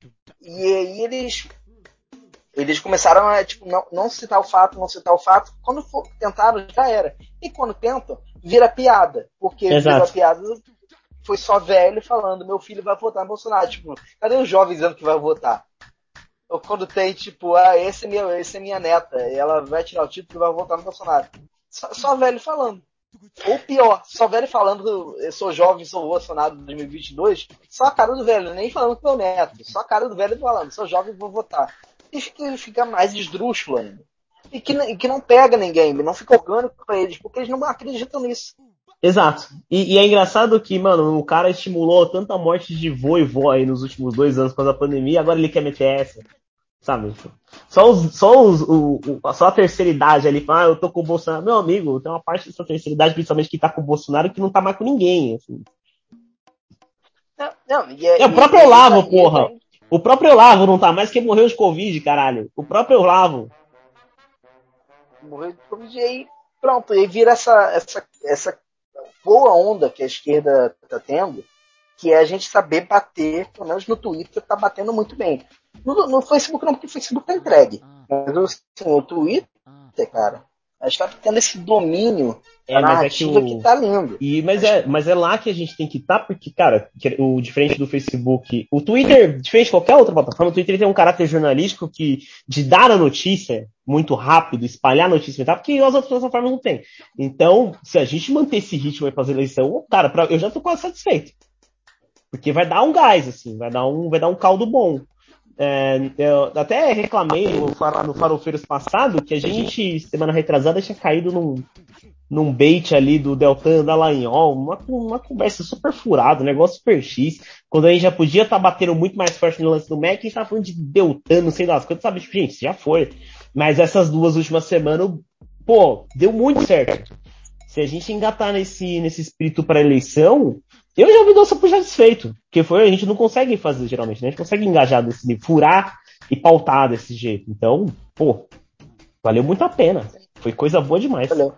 E aí eles... Eles começaram a tipo, não, não citar o fato, não citar o fato. Quando for, tentaram, já era. E quando tentam, vira piada. Porque Exato. Vira piada foi só velho falando, meu filho vai votar no Bolsonaro. Tipo, cadê os jovens dizendo que vai votar? Ou quando tem, tipo, ah, esse é minha, esse é minha neta, e ela vai tirar o título e vai votar no Bolsonaro. Só, só velho falando. Ou pior, só velho falando, eu sou jovem, sou Bolsonaro de dois mil e vinte e dois, só a cara do velho, nem falando com meu neto. Só a cara do velho falando, sou jovem e vou votar. E fica, fica mais esdrúxulo ainda. E que, e que não pega ninguém, não fica orgânico pra eles, porque eles não acreditam nisso. Exato. E, e é engraçado que, mano, o cara estimulou tanta morte de vô e vó aí nos últimos dois anos com a pandemia, agora ele quer meter essa. Sabe? Só, os, só, os, o, o, só a terceira idade ali, ah, eu tô com o Bolsonaro. Meu amigo, tem uma parte dessa terceira idade, principalmente que tá com o Bolsonaro, que não tá mais com ninguém. Assim. Não, não, e é, é o próprio Olavo, porra. O próprio Olavo não tá mais, que morreu de Covid, caralho. O próprio Olavo. Morreu de Covid e aí, pronto, e vira essa, essa, essa boa onda que a esquerda tá tendo, que é a gente saber bater, pelo menos no Twitter tá batendo muito bem. No, no Facebook não, porque o Facebook tá entregue. Mas assim, o Twitter, cara, a gente tá tendo esse domínio é, da mas narrativa é que, o... que tá lindo. E, mas, é, mas é lá que a gente tem que estar, tá, porque, cara, o diferente do Facebook, o Twitter, diferente de qualquer outra plataforma, o Twitter tem um caráter jornalístico que, de dar a notícia muito rápido, espalhar a notícia, tá? Porque as outras plataformas não tem. Então, se a gente manter esse ritmo aí pra fazer eleição, cara, pra, eu já tô quase satisfeito. Porque vai dar um gás, assim, vai dar um, vai dar um caldo bom. É, eu até reclamei no, no Farofeiros passado que a gente, semana retrasada, tinha caído num, num bait ali do Deltan Dallagnol, uma, uma conversa super furada, um negócio super X, quando a gente já podia estar tá batendo muito mais forte no lance do Mac, a gente tava falando de Deltan, não sei das coisas, sabe? Tipo, gente, já foi. Mas essas duas últimas semanas, pô, deu muito certo. Se a gente engatar nesse, nesse espírito para eleição, eu já me dou super satisfeito. Porque foi, a gente não consegue fazer, geralmente, né? A gente consegue engajar desse nível, furar e pautar desse jeito. Então, pô, valeu muito a pena. Foi coisa boa demais. Valeu.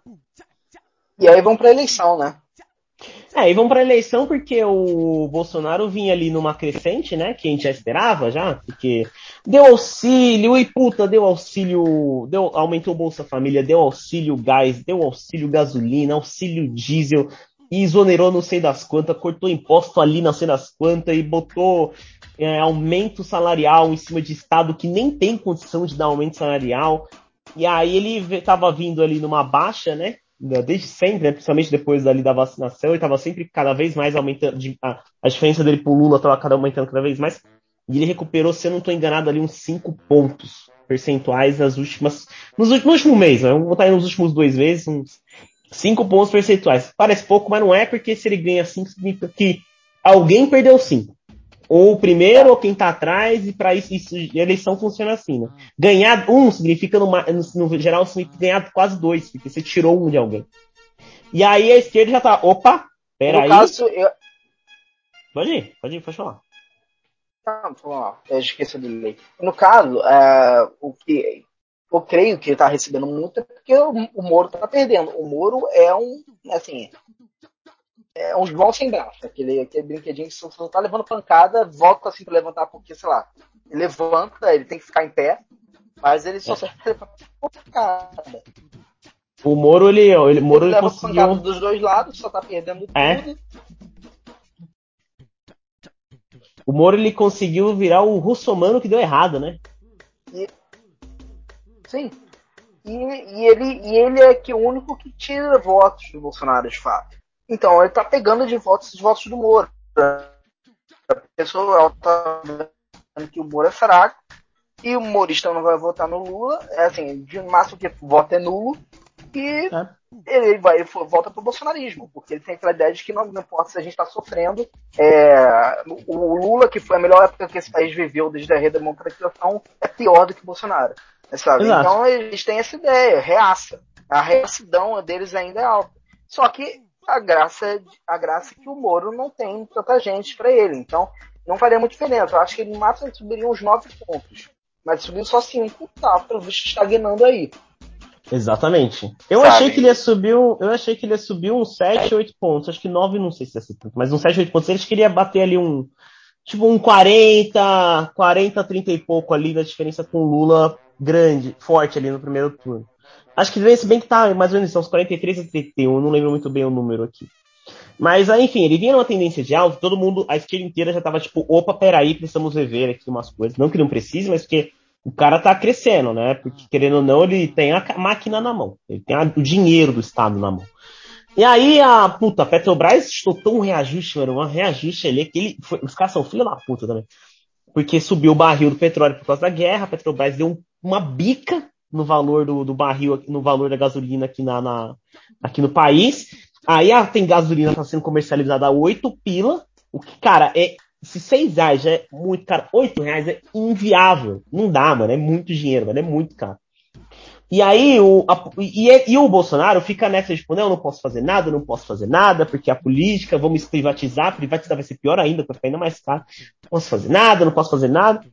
E aí vamos pra eleição, né? É, e vamos pra eleição porque o Bolsonaro vinha ali numa crescente, né? Que a gente já esperava já, porque deu auxílio, e puta, deu auxílio, deu, aumentou o Bolsa Família, deu auxílio gás, deu auxílio gasolina, auxílio diesel, e exonerou não sei das quantas, cortou imposto ali não sei das quantas, e botou é, aumento salarial em cima de estado que nem tem condição de dar aumento salarial. E aí ele tava vindo ali numa baixa, né? Desde sempre, né, principalmente depois dali da vacinação, ele estava sempre cada vez mais aumentando, a, a diferença dele pro Lula estava cada aumentando cada vez mais, e ele recuperou, se eu não estou enganado, ali uns cinco pontos percentuais nas últimas, nos, no último mês, né, vamos botar aí nos últimos dois meses, uns cinco pontos percentuais. Parece pouco, mas não é, porque se ele ganha cinco, significa que alguém perdeu cinco. Ou o primeiro, ou quem tá atrás, e para isso, isso, a eleição funciona assim, né? Ganhar um significa, no, no, no geral, significa ganhar quase dois, porque você tirou um de alguém. E aí a esquerda já tá, opa, peraí. No caso, eu... Pode ir, pode ir, pode falar. Não, vamos lá, eu esqueci do lei. No caso, uh, o que eu creio que ele tá recebendo multa porque o, o Moro tá perdendo. O Moro é um, assim, é um João sem braço, aquele, aquele brinquedinho que se você tá levando pancada, volta assim pra levantar porque, sei lá, ele levanta, ele tem que ficar em pé, mas ele só é. serve pra levar pancada. O Moro, ele, ele, Moro, ele, ele leva conseguiu... pancada dos dois lados, só tá perdendo é. tudo. O Moro, ele conseguiu virar o russomano que deu errado, né? E, sim. E, e, ele, e ele é que o único que tira votos do Bolsonaro, de fato. Então, ele tá pegando de votos os votos do Moro. A pessoa tá vendo que o Moro é fraco e o humorista não vai votar no Lula. É assim, de máximo que voto é nulo. E é. ele vai ele volta pro bolsonarismo, porque ele tem aquela ideia de que não, não importa se a gente está sofrendo. É, o Lula, que foi a melhor época que esse país viveu desde a redemocratização, é pior do que o Bolsonaro. Sabe? Então eles têm essa ideia, reaça. A reacidão deles ainda é alta. Só que a graça, a graça é que o Moro não tem tanta gente para ele. Então não faria muita diferença. Eu acho que no máximo ele subiria uns nove pontos. Mas subiu só cinco, tá, pelo visto estagnando aí. Exatamente. Eu Sabe? achei que ele ia subir um, eu achei que ele ia subir uns sete, oito pontos. Acho que nove, não sei se ia ser tanto, mas uns sete, oito pontos. Ele queria bater ali um, tipo um quarenta, quarenta, trinta e pouco ali da diferença com o Lula grande, forte ali no primeiro turno. Acho que se bem que tá mais ou menos uns quarenta e três a trinta e um, não lembro muito bem o número aqui. Mas, enfim, ele vinha numa tendência de alta, todo mundo, a esquerda inteira já tava tipo, opa, peraí, precisamos rever aqui umas coisas. Não que não precise, mas porque o cara tá crescendo, né? Porque, querendo ou não, ele tem a máquina na mão. Ele tem a, o dinheiro do Estado na mão. E aí, a puta, a Petrobras soltou um reajuste, mano. Um reajuste ali. Aquele, foi, os caras são filho da puta também. Porque subiu o barril do petróleo por causa da guerra. A Petrobras deu um, uma bica no valor do, do barril, no valor da gasolina aqui, na, na, aqui no país. Aí a, tem gasolina que tá sendo comercializada a oito pila. O que, cara, é... Se seis reais já é muito caro, oito reais é inviável. Não dá, mano. É muito dinheiro, mano. É muito caro. E aí, o, a, e, e o Bolsonaro fica nessa, tipo, não, eu não posso fazer nada, eu não posso fazer nada, porque a política, vamos privatizar, privatizar vai ser pior ainda, vai ficar ainda mais caro. Não posso fazer nada, não posso fazer nada.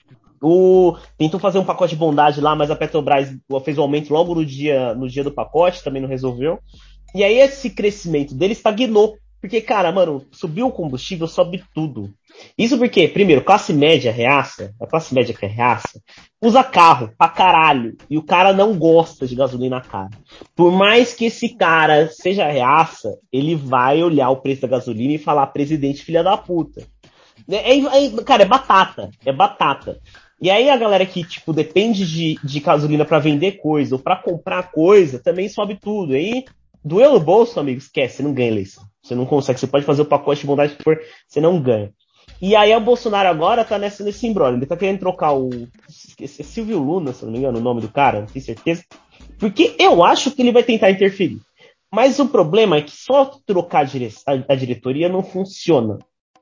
O, tentou fazer um pacote de bondade lá, mas a Petrobras fez o aumento logo no dia, no dia do pacote, também não resolveu. E aí esse crescimento dele estagnou. Porque, cara, mano, subiu o combustível, sobe tudo. Isso porque, primeiro, classe média reaça, a classe média que é reaça, usa carro pra caralho. E o cara não gosta de gasolina cara. Por mais que esse cara seja reaça, ele vai olhar o preço da gasolina e falar, presidente filha da puta. É, é, cara, é batata. É batata. E aí a galera que, tipo, depende de, de gasolina pra vender coisa ou pra comprar coisa, também sobe tudo. Aí, doeu no bolso, amigo, esquece, você não ganha eleição. Você não consegue, você pode fazer o pacote de bondade que for, você não ganha. E aí o Bolsonaro agora tá nesse, nesse imbróglio. Ele tá querendo trocar o... É Silvio Luna, se não me engano, o nome do cara, não tenho certeza. Porque eu acho que ele vai tentar interferir. Mas o problema é que só trocar a, dire... a diretoria não funciona.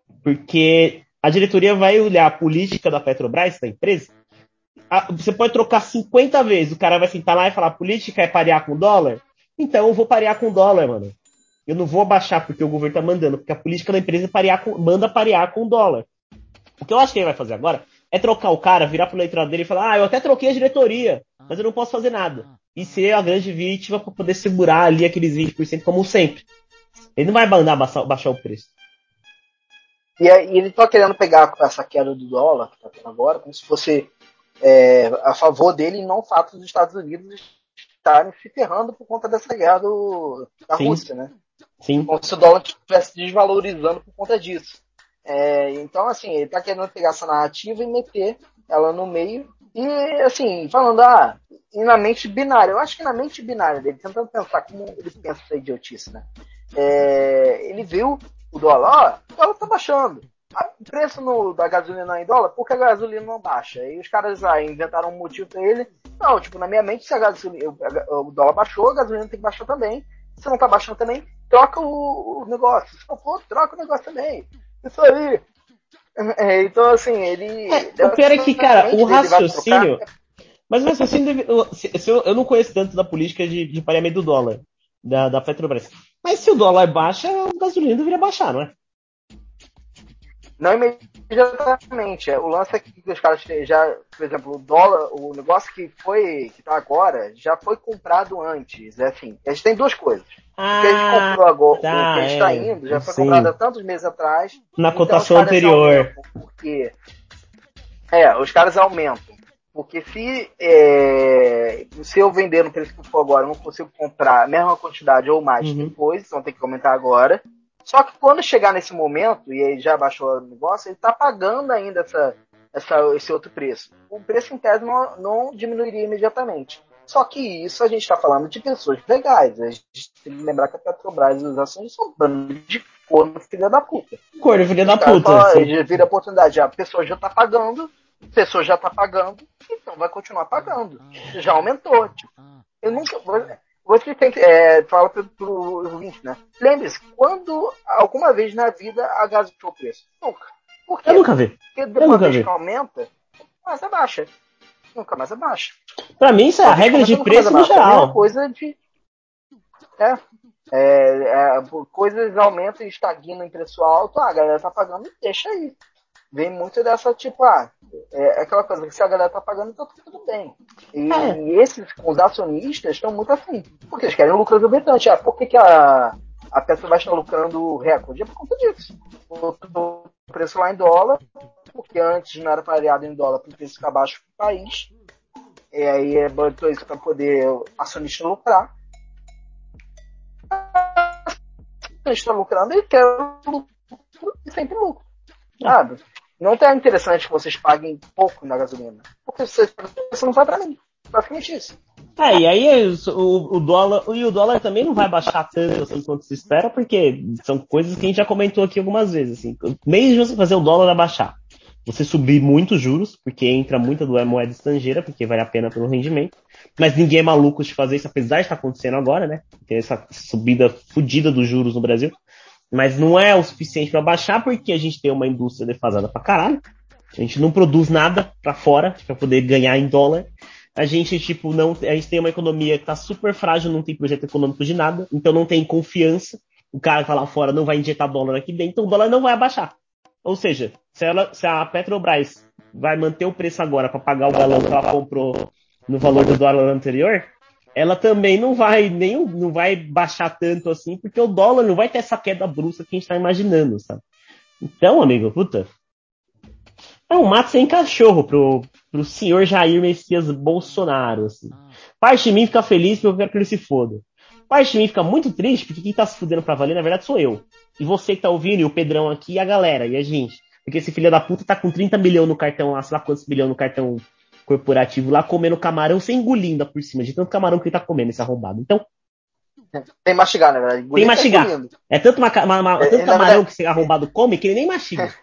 Porque a diretoria vai olhar a política da Petrobras, da empresa. Você pode trocar cinquenta vezes. O cara vai sentar lá e falar, a política é parear com dólar? Então eu vou parear com dólar, mano. Eu não vou abaixar porque o governo tá mandando, porque a política da empresa é parear com, manda parear com o dólar. O que eu acho que ele vai fazer agora é trocar o cara, virar pro eleitorado dele e falar, ah, eu até troquei a diretoria, mas eu não posso fazer nada. E ser a grande vítima para poder segurar ali aqueles vinte por cento como sempre. Ele não vai mandar baixar, baixar o preço. E, e ele tá querendo pegar essa queda do dólar, que tá tendo agora, como se fosse é, a favor dele e não o fato dos Estados Unidos estarem se ferrando por conta dessa guerra do, da Sim. Rússia, né? Sim. Como se o dólar estivesse desvalorizando por conta disso. É, então, assim, ele tá querendo pegar essa narrativa e meter ela no meio. E, assim, falando, ah, e na mente binária. Eu acho que na mente binária dele, tentando pensar como ele pensa essa idiotice, né? É, ele viu o dólar, ó, o dólar tá baixando. O preço no, da gasolina em dólar, por que a gasolina não baixa? E os caras ah, inventaram um motivo pra ele. Não, tipo, na minha mente, se a gasolina, o dólar baixou, a gasolina tem que baixar também. Se não tá baixando também, troca o, o negócio. Se não for, troca o negócio também. Isso aí. É, então, assim, ele... É, o pior é que, cara, o raciocínio... Mas o raciocínio deve... Eu, se, se eu, eu não conheço tanto da política de, de pareamento do dólar, da, da Petrobras. Mas se o dólar baixa, a gasolina deveria baixar, não é? Não imediatamente. O lance é que os caras já, por exemplo, o dólar, o negócio que foi, que tá agora, já foi comprado antes. É assim, a gente tem duas coisas. Ah, o que a gente comprou agora, tá, o que a gente está é, indo, já foi sim. comprado há tantos meses atrás. Na então cotação os caras anterior. aumentam, porque, é, os caras aumentam. Porque se, é, se eu vender no preço que for agora, eu não consigo comprar a mesma quantidade ou mais Uhum. depois, então tem que aumentar agora. Só que quando chegar nesse momento, e aí já baixou o negócio, ele está pagando ainda essa, essa, esse outro preço. O preço em tese não, não diminuiria imediatamente. Só que isso a gente está falando de pessoas legais. A gente tem que lembrar que a Petrobras e as ações são bando de corno filha da puta. Corno filha da puta. Falam, vira a oportunidade, a pessoa já está pagando, a pessoa já está pagando, então vai continuar pagando. Já aumentou. Tipo, eu nunca... Você tem que é, falar para o ouvinte, né? Lembre-se, quando alguma vez na vida a gás baixou o preço? Nunca. Por quê? Eu nunca vi. Porque depois vez que aumenta, mais abaixa. Nunca mais abaixa. Pra mim, isso é a regra de preço no geral. É uma coisa de. É, é, é, coisas aumentam e estagnam em preço alto, ah, a galera tá pagando, deixa aí. Vem muito dessa, tipo, ah, é aquela coisa que se a galera tá pagando, então tudo bem. E, é. e esses, os acionistas estão muito assim, porque eles querem lucro exorbitante. Ah, por que, que a, a Petrobras está lucrando recorde? É por conta disso. O preço lá em dólar, porque antes não era pareado em dólar, porque o preço fica abaixo do país. E aí é botou isso para poder o acionista lucrar. O acionista está lucrando e quer lucro e sempre lucro. Sabe? Não é interessante que vocês paguem pouco na gasolina. Porque você, você não vai para mim. Basicamente isso. É, e aí o, o dólar, e o dólar também não vai baixar tanto assim quanto se espera, porque são coisas que a gente já comentou aqui algumas vezes. Assim, meio de você fazer o dólar abaixar, você subir muito os juros, porque entra muita do moeda estrangeira, porque vale a pena pelo rendimento. Mas ninguém é maluco de fazer isso, apesar de estar acontecendo agora, né? Tem essa subida fodida dos juros no Brasil. Mas não é o suficiente para baixar, porque a gente tem uma indústria defasada pra caralho. A gente não produz nada pra fora, pra poder ganhar em dólar. A gente, tipo, não, a gente tem uma economia que tá super frágil, não tem projeto econômico de nada, então não tem confiança. O cara que tá lá fora não vai injetar dólar aqui dentro, então o dólar não vai abaixar. Ou seja, se, ela, se a Petrobras vai manter o preço agora para pagar o galão que ela comprou no valor do dólar anterior, ela também não vai nem não vai baixar tanto assim, porque o dólar não vai ter essa queda brusca que a gente tá imaginando, sabe? Então, amigo, puta, é um mato sem cachorro pro, pro senhor Jair Messias Bolsonaro, assim. Parte de mim fica feliz porque eu quero que ele se foda. Parte de mim fica muito triste porque quem tá se fudendo pra valer, na verdade, sou eu. E você que tá ouvindo, e o Pedrão aqui, e a galera, e a gente. Porque esse filho da puta tá com trinta milhões no cartão lá, sei lá quantos milhões no cartão corporativo lá, comendo camarão sem engolir ainda por cima, de tanto camarão que ele tá comendo, esse arrombado. Então... Tem mastigar, né, verdade? Tem mastigar. Tá é tanto, uma, uma, uma, é, tanto camarão verdade... que esse arrombado come que ele nem mastiga.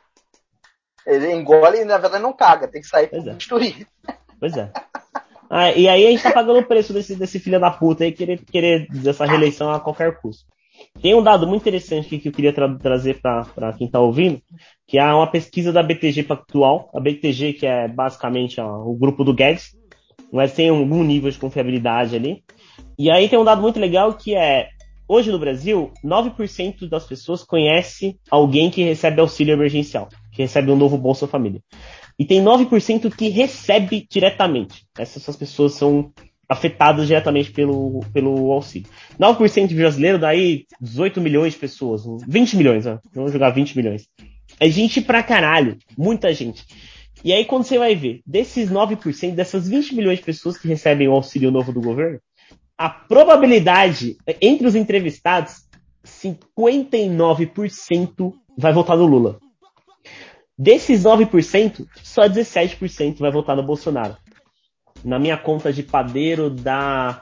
Ele engole e, na verdade, não caga. Tem que sair pois por é. destruir. Pois é. Ah, e aí a gente tá pagando o preço desse, desse filho da puta aí, querer, querer dessa reeleição a qualquer custo. Tem um dado muito interessante aqui que eu queria tra- trazer para quem está ouvindo, que é uma pesquisa da B T G Pactual. A B T G, que é basicamente ó, o grupo do Guedes, mas tem algum nível de confiabilidade ali. E aí tem um dado muito legal que é, hoje no Brasil, nove por cento das pessoas conhece alguém que recebe auxílio emergencial, que recebe um novo Bolsa Família. E tem nove por cento que recebe diretamente. Essas pessoas são afetados diretamente pelo, pelo auxílio. nove por cento de brasileiro, daí dezoito milhões de pessoas, vinte milhões, ó. Vamos jogar vinte milhões. É gente pra caralho, muita gente. E aí quando você vai ver, desses nove por cento, dessas vinte milhões de pessoas que recebem o auxílio novo do governo, a probabilidade, entre os entrevistados, cinquenta e nove por cento vai votar no Lula. Desses nove por cento, só dezessete por cento vai votar no Bolsonaro. Na minha conta de padeiro dá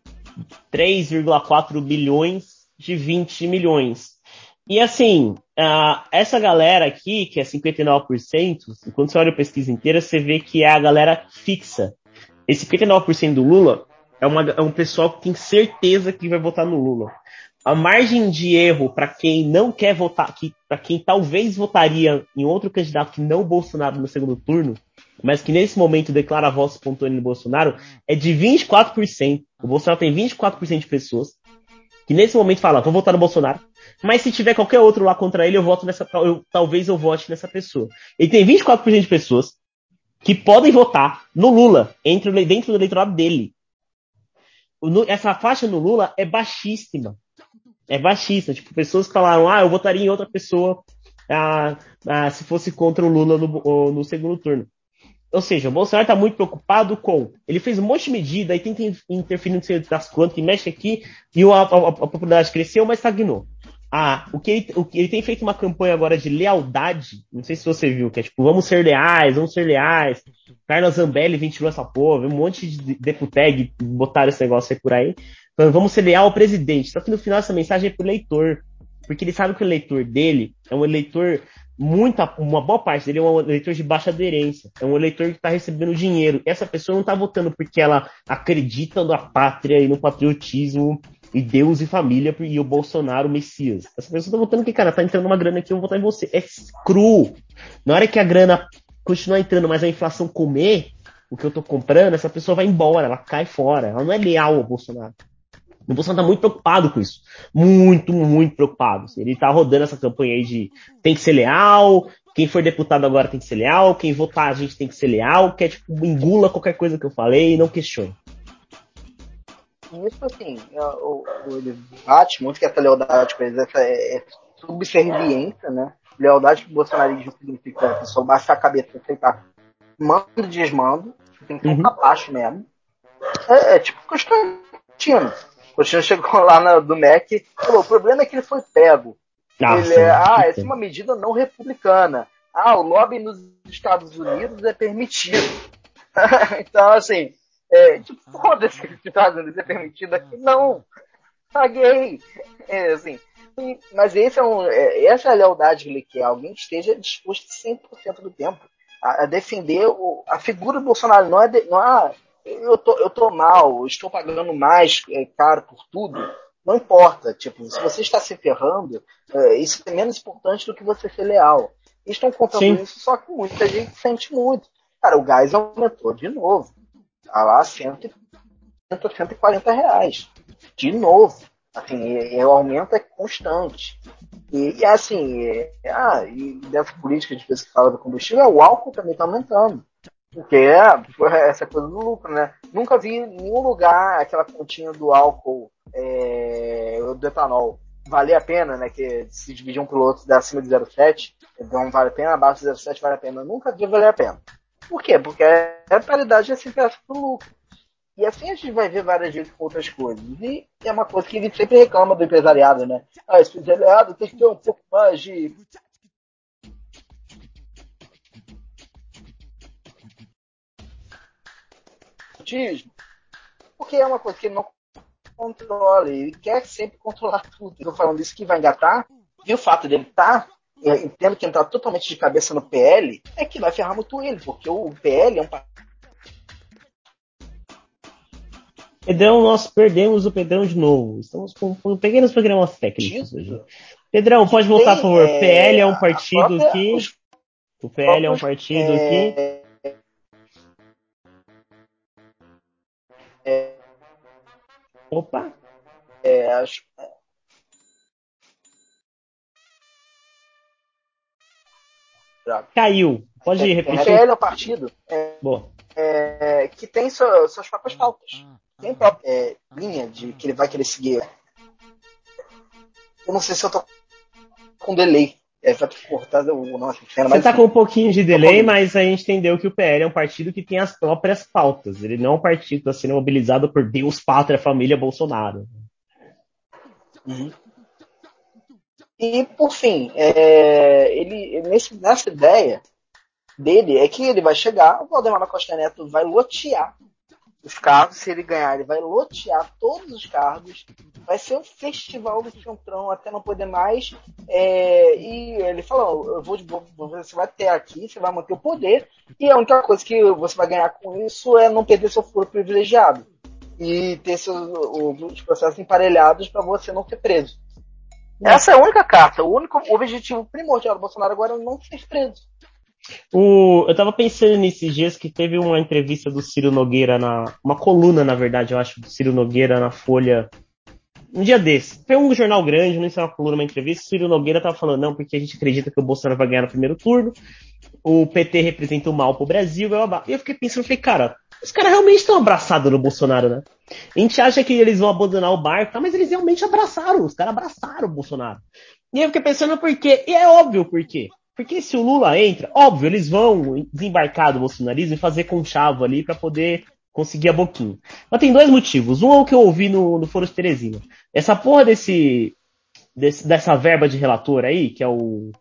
três vírgula quatro bilhões de vinte milhões. E assim, uh, essa galera aqui, que é cinquenta e nove por cento, quando você olha a pesquisa inteira, você vê que é a galera fixa. Esse cinquenta e nove por cento do Lula é, uma, é um pessoal que tem certeza que vai votar no Lula. A margem de erro para quem não quer votar, para quem talvez votaria em outro candidato que não o Bolsonaro no segundo turno, mas que nesse momento declara voto espontâneo no Bolsonaro, é de vinte e quatro por cento. O Bolsonaro tem vinte e quatro por cento de pessoas que nesse momento falam, vou votar no Bolsonaro. Mas se tiver qualquer outro lá contra ele, eu voto nessa. Eu, talvez eu vote nessa pessoa. Ele tem vinte e quatro por cento de pessoas que podem votar no Lula dentro do eleitorado dele. Essa faixa no Lula é baixíssima. É baixíssima. Tipo, pessoas que falaram, ah, eu votaria em outra pessoa ah, ah, se fosse contra o Lula no, no segundo turno. Ou seja, o Bolsonaro está muito preocupado com... Ele fez um monte de medida e tenta interferir no sei das quantas, e mexe aqui, e a, a, a popularidade cresceu, mas estagnou. Ah, o que, ele, o que ele tem feito uma campanha agora de lealdade, não sei se você viu, que é tipo, vamos ser leais, vamos ser leais. Carla Zambelli ventilou essa porra, um monte de deputeg botaram esse negócio aí por aí, falando, vamos ser leal ao presidente. Só que no final essa mensagem é pro eleitor, porque ele sabe que o eleitor dele é um eleitor... Muita, uma boa parte dele é um eleitor de baixa aderência, é um eleitor que está recebendo dinheiro. Essa pessoa não está votando porque ela acredita na pátria e no patriotismo e Deus e família e o Bolsonaro, o Messias. Essa pessoa está votando porque, cara, tá entrando uma grana aqui, eu vou votar em você. É cru. Na hora que a grana continuar entrando, mas a inflação comer o que eu tô comprando, essa pessoa vai embora, ela cai fora. Ela não é leal ao Bolsonaro. O Bolsonaro tá muito preocupado com isso. Muito, muito preocupado. Ele tá rodando essa campanha aí de tem que ser leal, quem for deputado agora tem que ser leal, quem votar a gente tem que ser leal, que é tipo, engula qualquer coisa que eu falei e não questione. Isso, assim, o, o, ele bate muito que essa lealdade com eles, essa é, é subserviência, né? Lealdade que o bolsonarismo significa a pessoa baixar a cabeça e aceitar mando e desmando, tem que ser um Uhum. capacho mesmo. É, é tipo Constantino. Constantino chegou lá na, do M E C e falou, o problema é que ele foi pego. Nossa, ele é, ah, que essa é uma medida não republicana. Ah, o lobby nos Estados Unidos é permitido. Então, assim, é, tipo, foda-se que os Estados Unidos é permitido aqui. Não, paguei. É, assim, e, mas esse é um, é, essa é a lealdade que ele quer. Alguém que esteja disposto cem por cento do tempo a, a defender o, a figura do Bolsonaro. Não é, de, não é eu, tô, eu tô mal, estou pagando mais é, caro por tudo. Não importa. Tipo, se você está se ferrando, é, isso é menos importante do que você ser leal. Eles estão contando Sim. isso, só que muita gente sente muito. Cara, o gás aumentou de novo. Tá lá cento e cento e quarenta reais. De novo. Assim, e, e o aumento é constante. E, e assim, é, ah, e dessa política de pessoa que fala do combustível, o álcool também está aumentando. Porque é essa coisa do lucro, né? Nunca vi em nenhum lugar aquela continha do álcool, é, do etanol, valer a pena, né? Que se dividir um pelo outro dá acima de zero vírgula sete, então vale a pena, abaixo de zero vírgula sete vale a pena. Eu nunca vi valer a pena. Por quê? Porque a paridade é sempre essa pro lucro. E assim a gente vai ver várias vezes com outras coisas. E é uma coisa que ele sempre reclama do empresariado, né? Ah, esse empresariado tem que ter um pouco mais de... Porque é uma coisa que ele não controla. Ele quer sempre controlar tudo. Eu tô falando isso que vai engatar. E o fato dele estar... Tá, tendo que entrar totalmente de cabeça no P L, é que vai ferrar muito ele. Porque o P L é um Pedrão, nós perdemos o Pedrão de novo. Estamos com, com pequenos programas técnicos hoje. Pedrão, pode voltar, por favor. é, P L é um partido própria, que... os, O P L é um partido é, que... É, Opa! é, acho, Caiu. Pode é, repetir? o P L é um partido é, Boa. é, que tem sua, suas próprias pautas. Tem própria é, linha de que ele vai querer seguir. Eu não sei se eu tô com delay. É, vai cortar o nossa cena, Você mas tá assim, com um pouquinho de delay, comigo. mas a gente entendeu que o P L é um partido que tem as próprias pautas. Ele não é um partido que está sendo mobilizado por Deus, Pátria, Família, Bolsonaro. Uhum. E, por fim, é, ele, nesse, nessa ideia dele é que ele vai chegar, o Valdemar da Costa Neto vai lotear os cargos, se ele ganhar, ele vai lotear todos os cargos, vai ser um festival do Centrão até não poder mais, é, e ele falou, eu vou, você vai ter aqui, você vai manter o poder, e a única coisa que você vai ganhar com isso é não perder seu foro privilegiado, e ter seus, os processos emparelhados para você não ser preso. Essa é a única carta, o único objetivo primordial do Bolsonaro agora é não ser preso. O, eu tava pensando nesses dias que teve uma entrevista do Ciro Nogueira, na, uma coluna, na verdade, eu acho, do Ciro Nogueira na Folha, um dia desse, foi um jornal grande, não sei, uma coluna, uma entrevista, o Ciro Nogueira tava falando, não, porque a gente acredita que o Bolsonaro vai ganhar no primeiro turno, o P T representa o mal pro Brasil, blá, blá, blá. E eu fiquei pensando, falei, cara, os caras realmente estão abraçados no Bolsonaro, né? A gente acha que eles vão abandonar o barco, tá? Mas eles realmente abraçaram, os caras abraçaram o Bolsonaro. E eu fiquei pensando por quê, e é óbvio por quê. Porque se o Lula entra, óbvio, eles vão desembarcar do bolsonarismo e fazer conchavo ali pra poder conseguir a boquinha. Mas tem dois motivos. Um é o que eu ouvi no, no Foro de Teresina. Essa porra desse, desse, dessa verba de relator aí, que é o,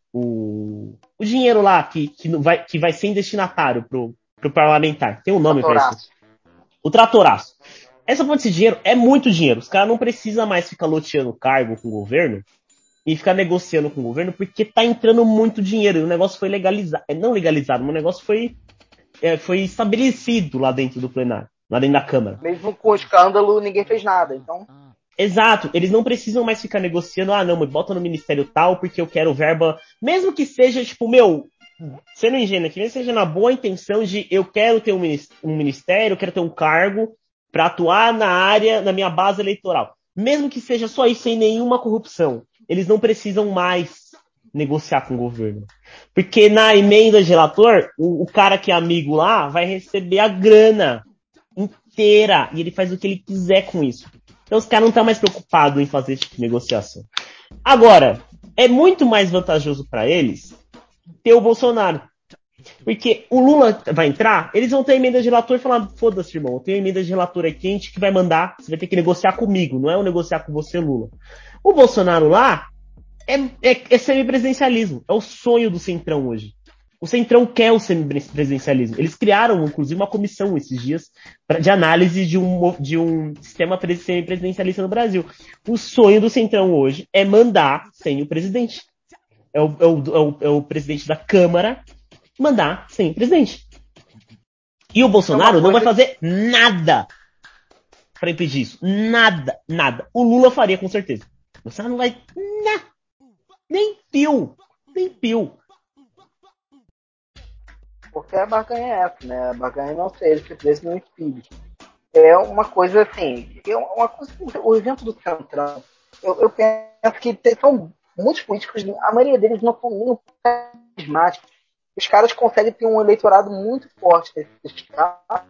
o, o dinheiro lá que, que, vai, que vai ser destinatário pro, pro parlamentar. Tem um nome pra isso. O tratoraço. Essa porra desse dinheiro é muito dinheiro. Os caras não precisam mais ficar loteando cargo com o governo e ficar negociando com o governo, porque tá entrando muito dinheiro. E o negócio foi legalizado. É, não legalizado, mas o negócio foi... É, foi estabelecido lá dentro do plenário, lá dentro da Câmara. Mesmo com o escândalo, ninguém fez nada, então... Exato, eles não precisam mais ficar negociando, ah não, me bota no ministério tal, porque eu quero verba, mesmo que seja, tipo, meu, sendo ingênuo, que nem seja na boa intenção de eu quero ter um ministério, eu quero ter um cargo para atuar na área, na minha base eleitoral. Mesmo que seja só isso, sem nenhuma corrupção, eles não precisam mais negociar com o governo. Porque na emenda de relator, o, o cara que é amigo lá vai receber a grana inteira e ele faz o que ele quiser com isso. Então os caras não estão mais preocupados em fazer esse tipo de negociação. Agora, é muito mais vantajoso para eles ter o Bolsonaro. Porque o Lula vai entrar, eles vão ter a emenda de relator e falar, foda-se, irmão, eu tenho a emenda de relator aqui, a gente que vai mandar, você vai ter que negociar comigo, não é eu negociar com você, Lula. O Bolsonaro lá, É, é, é semipresidencialismo. É o sonho do Centrão hoje. O Centrão quer o semipresidencialismo. Eles criaram, inclusive, uma comissão esses dias pra, de análise de um, de um sistema semipresidencialista no Brasil. O sonho do Centrão hoje é mandar sem o presidente. É o, é o, é o, é o presidente da Câmara mandar sem o presidente. E o Bolsonaro não vai fazer nada para impedir isso. Nada, nada. O Lula faria com certeza. O Bolsonaro não vai... Nah. Nem pio, nem pio. Porque a barganha é essa, né? A barganha não sei, ele fez muito filho. É uma coisa assim, é uma coisa, o evento do Centrão, eu, eu penso que tem, são muitos políticos, a maioria deles não são nem carismáticos. Os caras conseguem ter um eleitorado muito forte nesses casos,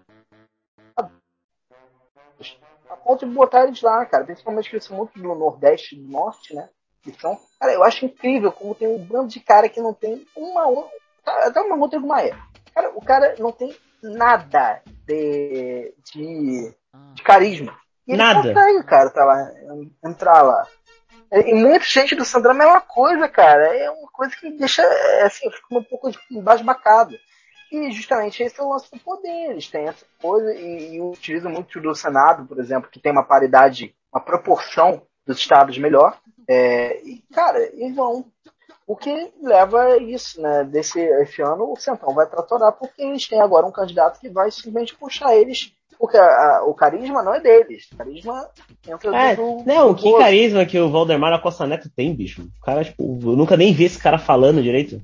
a ponto de botar eles lá, cara. Principalmente que eles são muito do Nordeste e do Norte, né? Então, cara, eu acho incrível como tem um bando de cara que não tem uma outra. Até uma Rodrigo Maia. Cara, o cara não tem nada de, de, de carisma. E ele nada. consegue, cara, tá lá, entrar lá. E muita gente do Centrão é a mesma coisa, cara. É uma coisa que deixa, assim, fica um pouco embasbacado. E justamente esse é o lance do poder. Eles têm essa coisa e, e utilizam muito do Senado, por exemplo, que tem uma paridade, uma proporção dos estados melhor. É, e, cara, eles vão. O que leva a isso, né? Desse esse ano, o Centrão vai tratorar porque eles têm agora um candidato que vai simplesmente puxar eles. Porque a, a, o carisma não é deles. O carisma entra é, do. Não, do que carisma que o Valdemar Acosta Neto tem, bicho. O cara, tipo, eu nunca nem vi esse cara falando direito.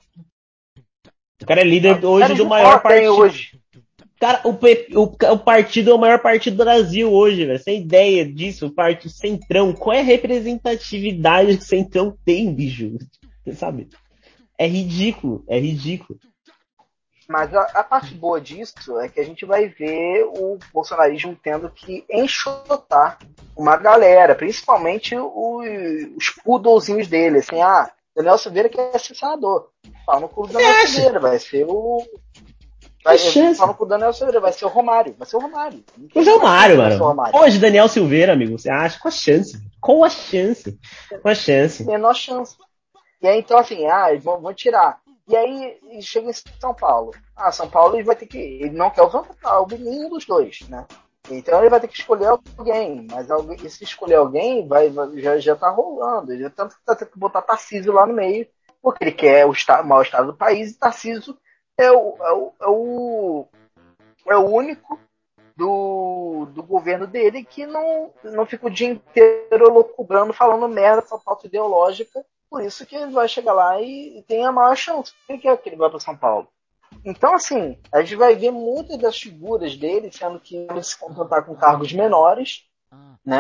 O cara é líder ah, hoje do maior partido. Hoje. Cara, o, o, o partido é o maior partido do Brasil hoje, velho. Sem ideia disso, o partido Centrão. Qual é a representatividade que o Centrão tem, bicho? Você sabe? É ridículo, é ridículo. Mas a, a parte boa disso é que a gente vai ver o bolsonarismo tendo que enxotar uma galera, principalmente os, os poodlezinhos dele. Assim, ah, Daniel Silveira quer ser senador. Fala no cu do Daniel Silveira, vai ser o. Vai, fala com o Daniel Silveira, vai ser o Romário. Vai ser o Romário. Mas é o Romário, mano. Romário. Hoje, Daniel Silveira, amigo, você acha? Qual a chance? Qual a chance? Qual a chance? Menor chance. E aí, então, assim, ah, eles vão, vão tirar. E aí, chega em São Paulo. Ah, São Paulo ele vai ter que. Ele não quer o nenhum dos dois, né? Então ele vai ter que escolher alguém. Mas alguém, se escolher alguém, vai, vai, já, já tá rolando. Ele tanto que tá tendo que botar Tarcísio lá no meio, porque ele quer o, estado, o maior estado do país, e Tarcísio é o, é o, é o, é o único do, do governo dele que não, não fica o dia inteiro loucubrando, falando merda pra pauta ideológica. Por isso que ele vai chegar lá e tem a maior chance. Por que é que ele vai para São Paulo? Então, assim, a gente vai ver muitas das figuras dele sendo que eles se contratar com cargos menores, né?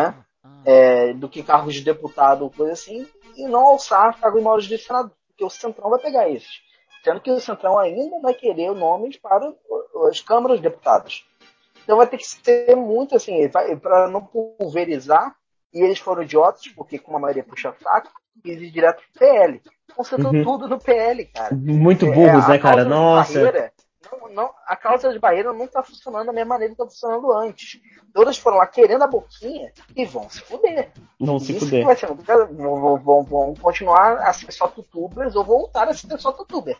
é, do que cargos de deputado ou coisa assim, e não alçar cargos maiores de senador, porque o Centrão vai pegar esses. Sendo que o Centrão ainda vai querer nomes para as câmaras de deputados. Então vai ter que ser muito assim, para não pulverizar, e eles foram idiotas, porque como a maioria puxa saco, quis ir direto pro P L. Concentrou uhum. tudo no P L, cara. Muito burros, é, né, cara? Nossa. Barreira, não, não, a causa de barreira não tá funcionando da mesma maneira que tá funcionando antes. Todas foram lá querendo a boquinha e vão se fuder. Vão se Isso fuder. Que vai ser, vão, vão, vão continuar a ser só tutubers ou voltar a ser só tutuber.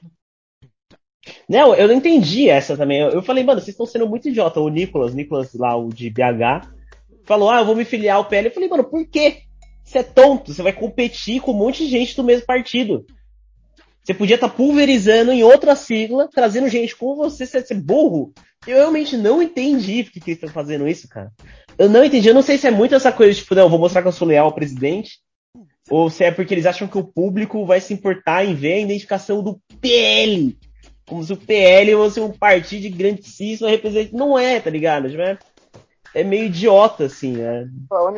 Não, eu não entendi essa também. Eu, eu falei, mano, vocês estão sendo muito idiota. O Nicolas, Nicolas lá, o de B H, falou, ah, eu vou me filiar ao P L. Eu falei, mano, por quê? Você é tonto, você vai competir com um monte de gente do mesmo partido. Você podia estar tá pulverizando em outra sigla, trazendo gente com você, você é burro. Eu realmente não entendi por que, que eles estão fazendo isso, cara. Eu não entendi, eu não sei se é muito essa coisa, tipo, não, eu vou mostrar que eu sou leal ao presidente, ou se é porque eles acham que o público vai se importar em ver a identificação do P L. Como se o P L fosse um partido de grandíssima representação. Não é, tá ligado? É, é meio idiota, assim, né?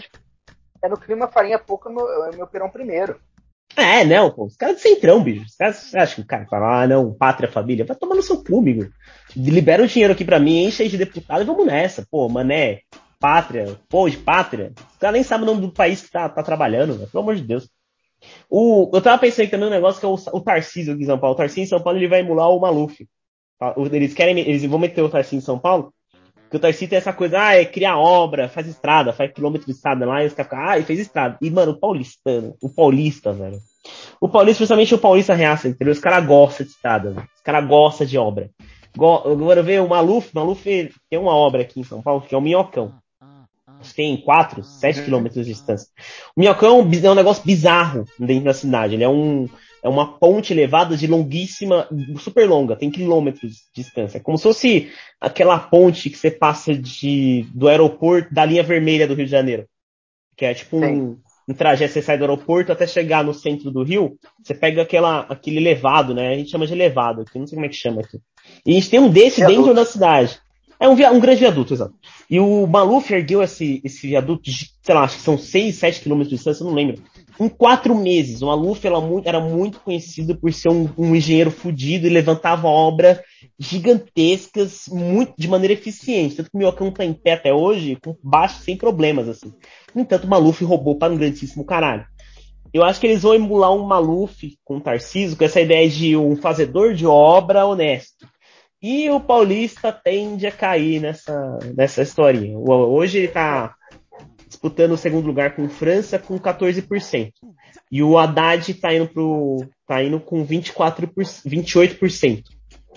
É no clima farinha pouca, meu, meu perão primeiro. É, não, pô. Os caras de centrão, bicho. Os caras acham que o cara fala, ah, não, pátria, família. Vai tomar no seu cu, amigo. Libera o dinheiro aqui pra mim, enche aí de deputado e vamos nessa. Pô, mané, pátria, pô, de pátria. Os caras nem sabem o nome do país que tá, tá trabalhando, velho. Pelo amor de Deus. O, eu tava pensando também um negócio que é o, o Tarcísio aqui em São Paulo. O Tarcísio em São Paulo, ele vai emular o Maluf. Eles querem, eles vão meter o Tarcísio em São Paulo, porque o Tarcísio tem essa coisa, ah, é criar obra, faz estrada, faz quilômetro de estrada lá, e os caras ficam, ah, ele fez estrada. E, mano, o paulistano, o paulista, velho. O paulista, principalmente o paulista reaça, entendeu? Os caras gostam de estrada, velho. Os caras gostam de obra. Agora vê o Maluf, Maluf tem uma obra aqui em São Paulo, que é o Minhocão. Tem quatro, sete quilômetros de distância. O Minhocão é um negócio bizarro dentro da cidade. Ele é, um, é uma ponte elevada de longuíssima, super longa, tem quilômetros de distância. É como se fosse aquela ponte que você passa de, do aeroporto, da linha vermelha do Rio de Janeiro. Que é tipo um, um trajeto, você sai do aeroporto até chegar no centro do Rio, você pega aquela, aquele elevado, né? A gente chama de elevado aqui, não sei como é que chama aqui. E a gente tem um desse viaduto dentro da cidade. É um, via, um grande viaduto, exato. E o Maluf ergueu esse, esse viaduto de, sei lá, acho que são seis, sete quilômetros de distância, eu não lembro. Em quatro meses. O Maluf ela, era muito conhecido por ser um, um engenheiro fudido e levantava obras gigantescas muito, de maneira eficiente. Tanto que o Minhocão tá em pé até hoje, com baixo, sem problemas, assim. No entanto, o Maluf roubou para um grandíssimo caralho. Eu acho que eles vão emular um Maluf com o Tarcísio, com essa ideia de um fazedor de obra honesto. E o paulista tende a cair nessa, nessa historinha. Hoje ele está disputando o segundo lugar com França com quatorze por cento. E o Haddad está indo, pro, tá indo com vinte e quatro por cento, vinte e oito por cento.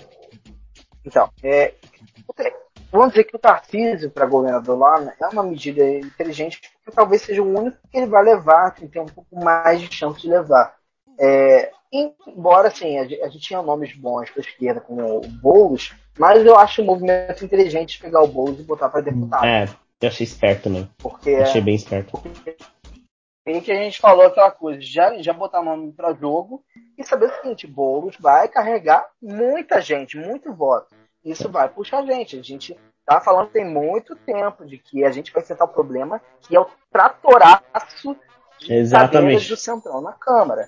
Então, é, vamos dizer que o Tarcísio para governador lá é uma medida inteligente, porque talvez seja o único que ele vai levar, que tem um pouco mais de chance de levar. É, embora assim, a gente, a gente tinha nomes bons para a esquerda, como o Boulos, mas eu acho um movimento inteligente de pegar o Boulos e botar para deputado. É, eu achei esperto também. Porque, achei bem esperto. Porque, e que a gente falou aquela coisa, já, já botar nome para jogo e saber o seguinte, Boulos vai carregar muita gente, muito voto. Isso vai puxar a gente. A gente tá falando tem muito tempo de que a gente vai enfrentar o problema que é o tratoraço de cadeiras do Centrão na Câmara.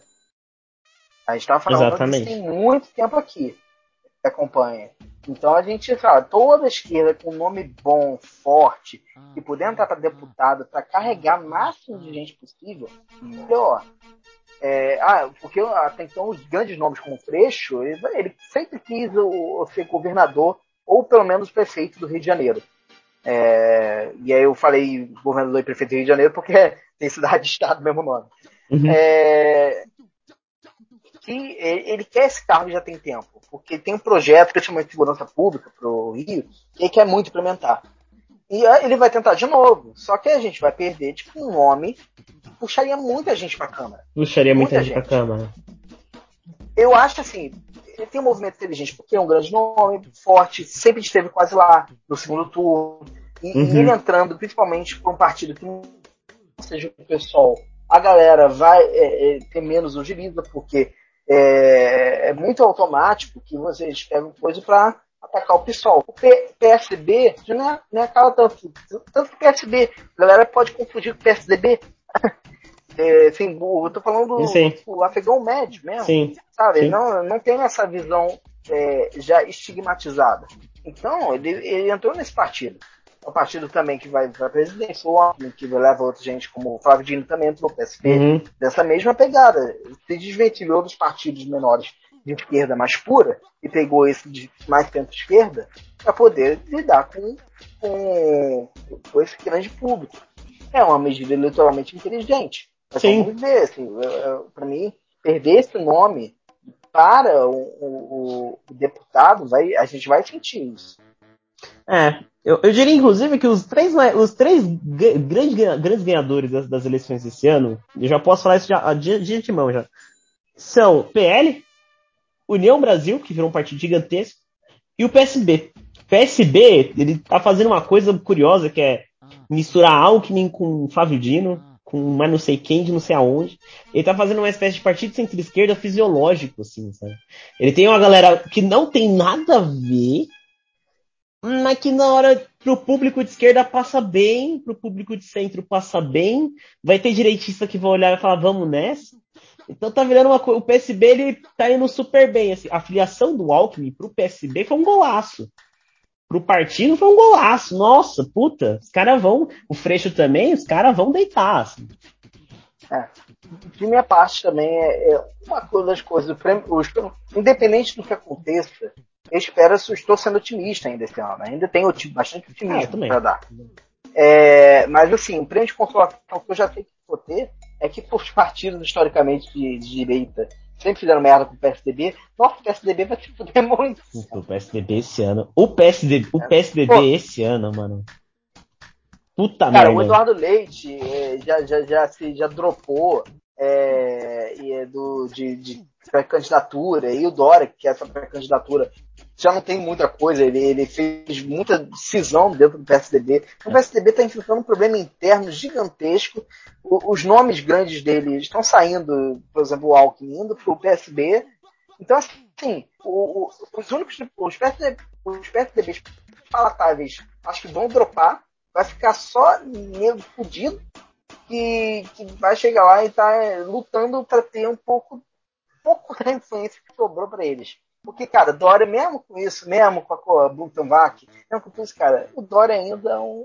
A gente estava falando disso tem muito tempo aqui, que acompanha. Então a gente fala, toda a esquerda com um nome bom, forte, que puder entrar para deputado, para carregar o máximo de gente possível, melhor. É, ah, porque até então os grandes nomes como Freixo, ele, ele sempre quis o, ser governador, ou pelo menos prefeito do Rio de Janeiro. É, e aí eu falei governador e prefeito do Rio de Janeiro porque tem cidade e estado do mesmo nome. Uhum. É, que ele quer esse cargo já tem tempo, porque tem um projeto que chama de segurança pública para o Rio, que ele quer muito implementar. E ele vai tentar de novo, só que a gente vai perder tipo, um nome que puxaria muita gente para a Câmara. Puxaria muita, muita gente para a Câmara. Eu acho assim, ele tem um movimento inteligente, porque é um grande nome, forte, sempre esteve quase lá no segundo turno, e, uhum. e ele entrando principalmente para um partido que não seja o pessoal, a galera vai é, é, ter menos ugiliza, porque É, é muito automático que vocês pegam coisa para atacar o PSOL. O P- PSB já não é, não é aquela tanto. Tanto que o P S B, a galera pode confundir com o P S D B. É, assim, eu tô falando do, do afegão médio mesmo, Sim. sabe? Sim. Não, não tem essa visão é, já estigmatizada. Então, ele, ele entrou nesse partido. É um partido também que vai para a presidência, o Alckmin, que leva outra gente, como o Flávio Dino também entrou no P S B, Uhum. dessa mesma pegada. Se desventilhou dos partidos menores de esquerda mais pura e pegou esse de mais centro-esquerda para poder lidar com, com, com esse grande público. É uma medida eleitoralmente inteligente. Mas Sim. vamos ver, assim, para mim, perder esse nome para o, o, o deputado, vai, a gente vai sentir isso. É, eu, eu diria inclusive que os três, os três grandes, grandes ganhadores das, das eleições desse ano, eu já posso falar isso já, de, de antemão já, são P L, União Brasil, que virou um partido gigantesco, e o P S B. O P S B, ele tá fazendo uma coisa curiosa, que é misturar Alckmin com Flávio Dino, com mais não sei quem, de não sei aonde. Ele tá fazendo uma espécie de partido centro-esquerda fisiológico, assim, sabe? Ele tem uma galera que não tem nada a ver, mas que na hora pro público de esquerda passa bem, pro público de centro passa bem, vai ter direitista que vai olhar e falar, vamos nessa. Então tá virando uma coisa, o P S B ele tá indo super bem, assim, a filiação do Alckmin pro P S B foi um golaço. Pro partido foi um golaço, nossa, puta, os caras vão, o Freixo também, os caras vão deitar, assim. É. De minha parte também é, é uma coisa das coisas, o prêmio, o, independente do que aconteça, eu espero, eu estou sendo otimista ainda esse ano, ainda tenho bastante otimismo ah, para dar. É, mas assim, o prêmio de consolação que eu já sei que vou ter é que os partidos historicamente de, de direita sempre fizeram merda com o P S D B, nossa, o P S D B vai se fuder muito. O P S D B esse ano, o P S D B, o P S D B Pô, esse ano, mano. Puta cara, merda. O Eduardo Leite é, já, já, já, se, já dropou é, e é do, de, de pré-candidatura, e o Dória, que é essa pré-candidatura, já não tem muita coisa, ele, ele fez muita cisão dentro do P S D B. O P S D B está enfrentando um problema interno gigantesco, o, os nomes grandes dele estão saindo, por exemplo, o Alckmin indo para o P S B. Então, assim, o, o, os únicos, os P S D B, os P S D Bs palatáveis, acho que vão dropar, vai ficar só meio fudido, que, que vai chegar lá e tá lutando para ter um pouco, pouco da influência que sobrou para eles. Porque, cara, Dória, mesmo com isso, mesmo com a Butanvac, mesmo com tudo isso, cara, o Dória ainda é um.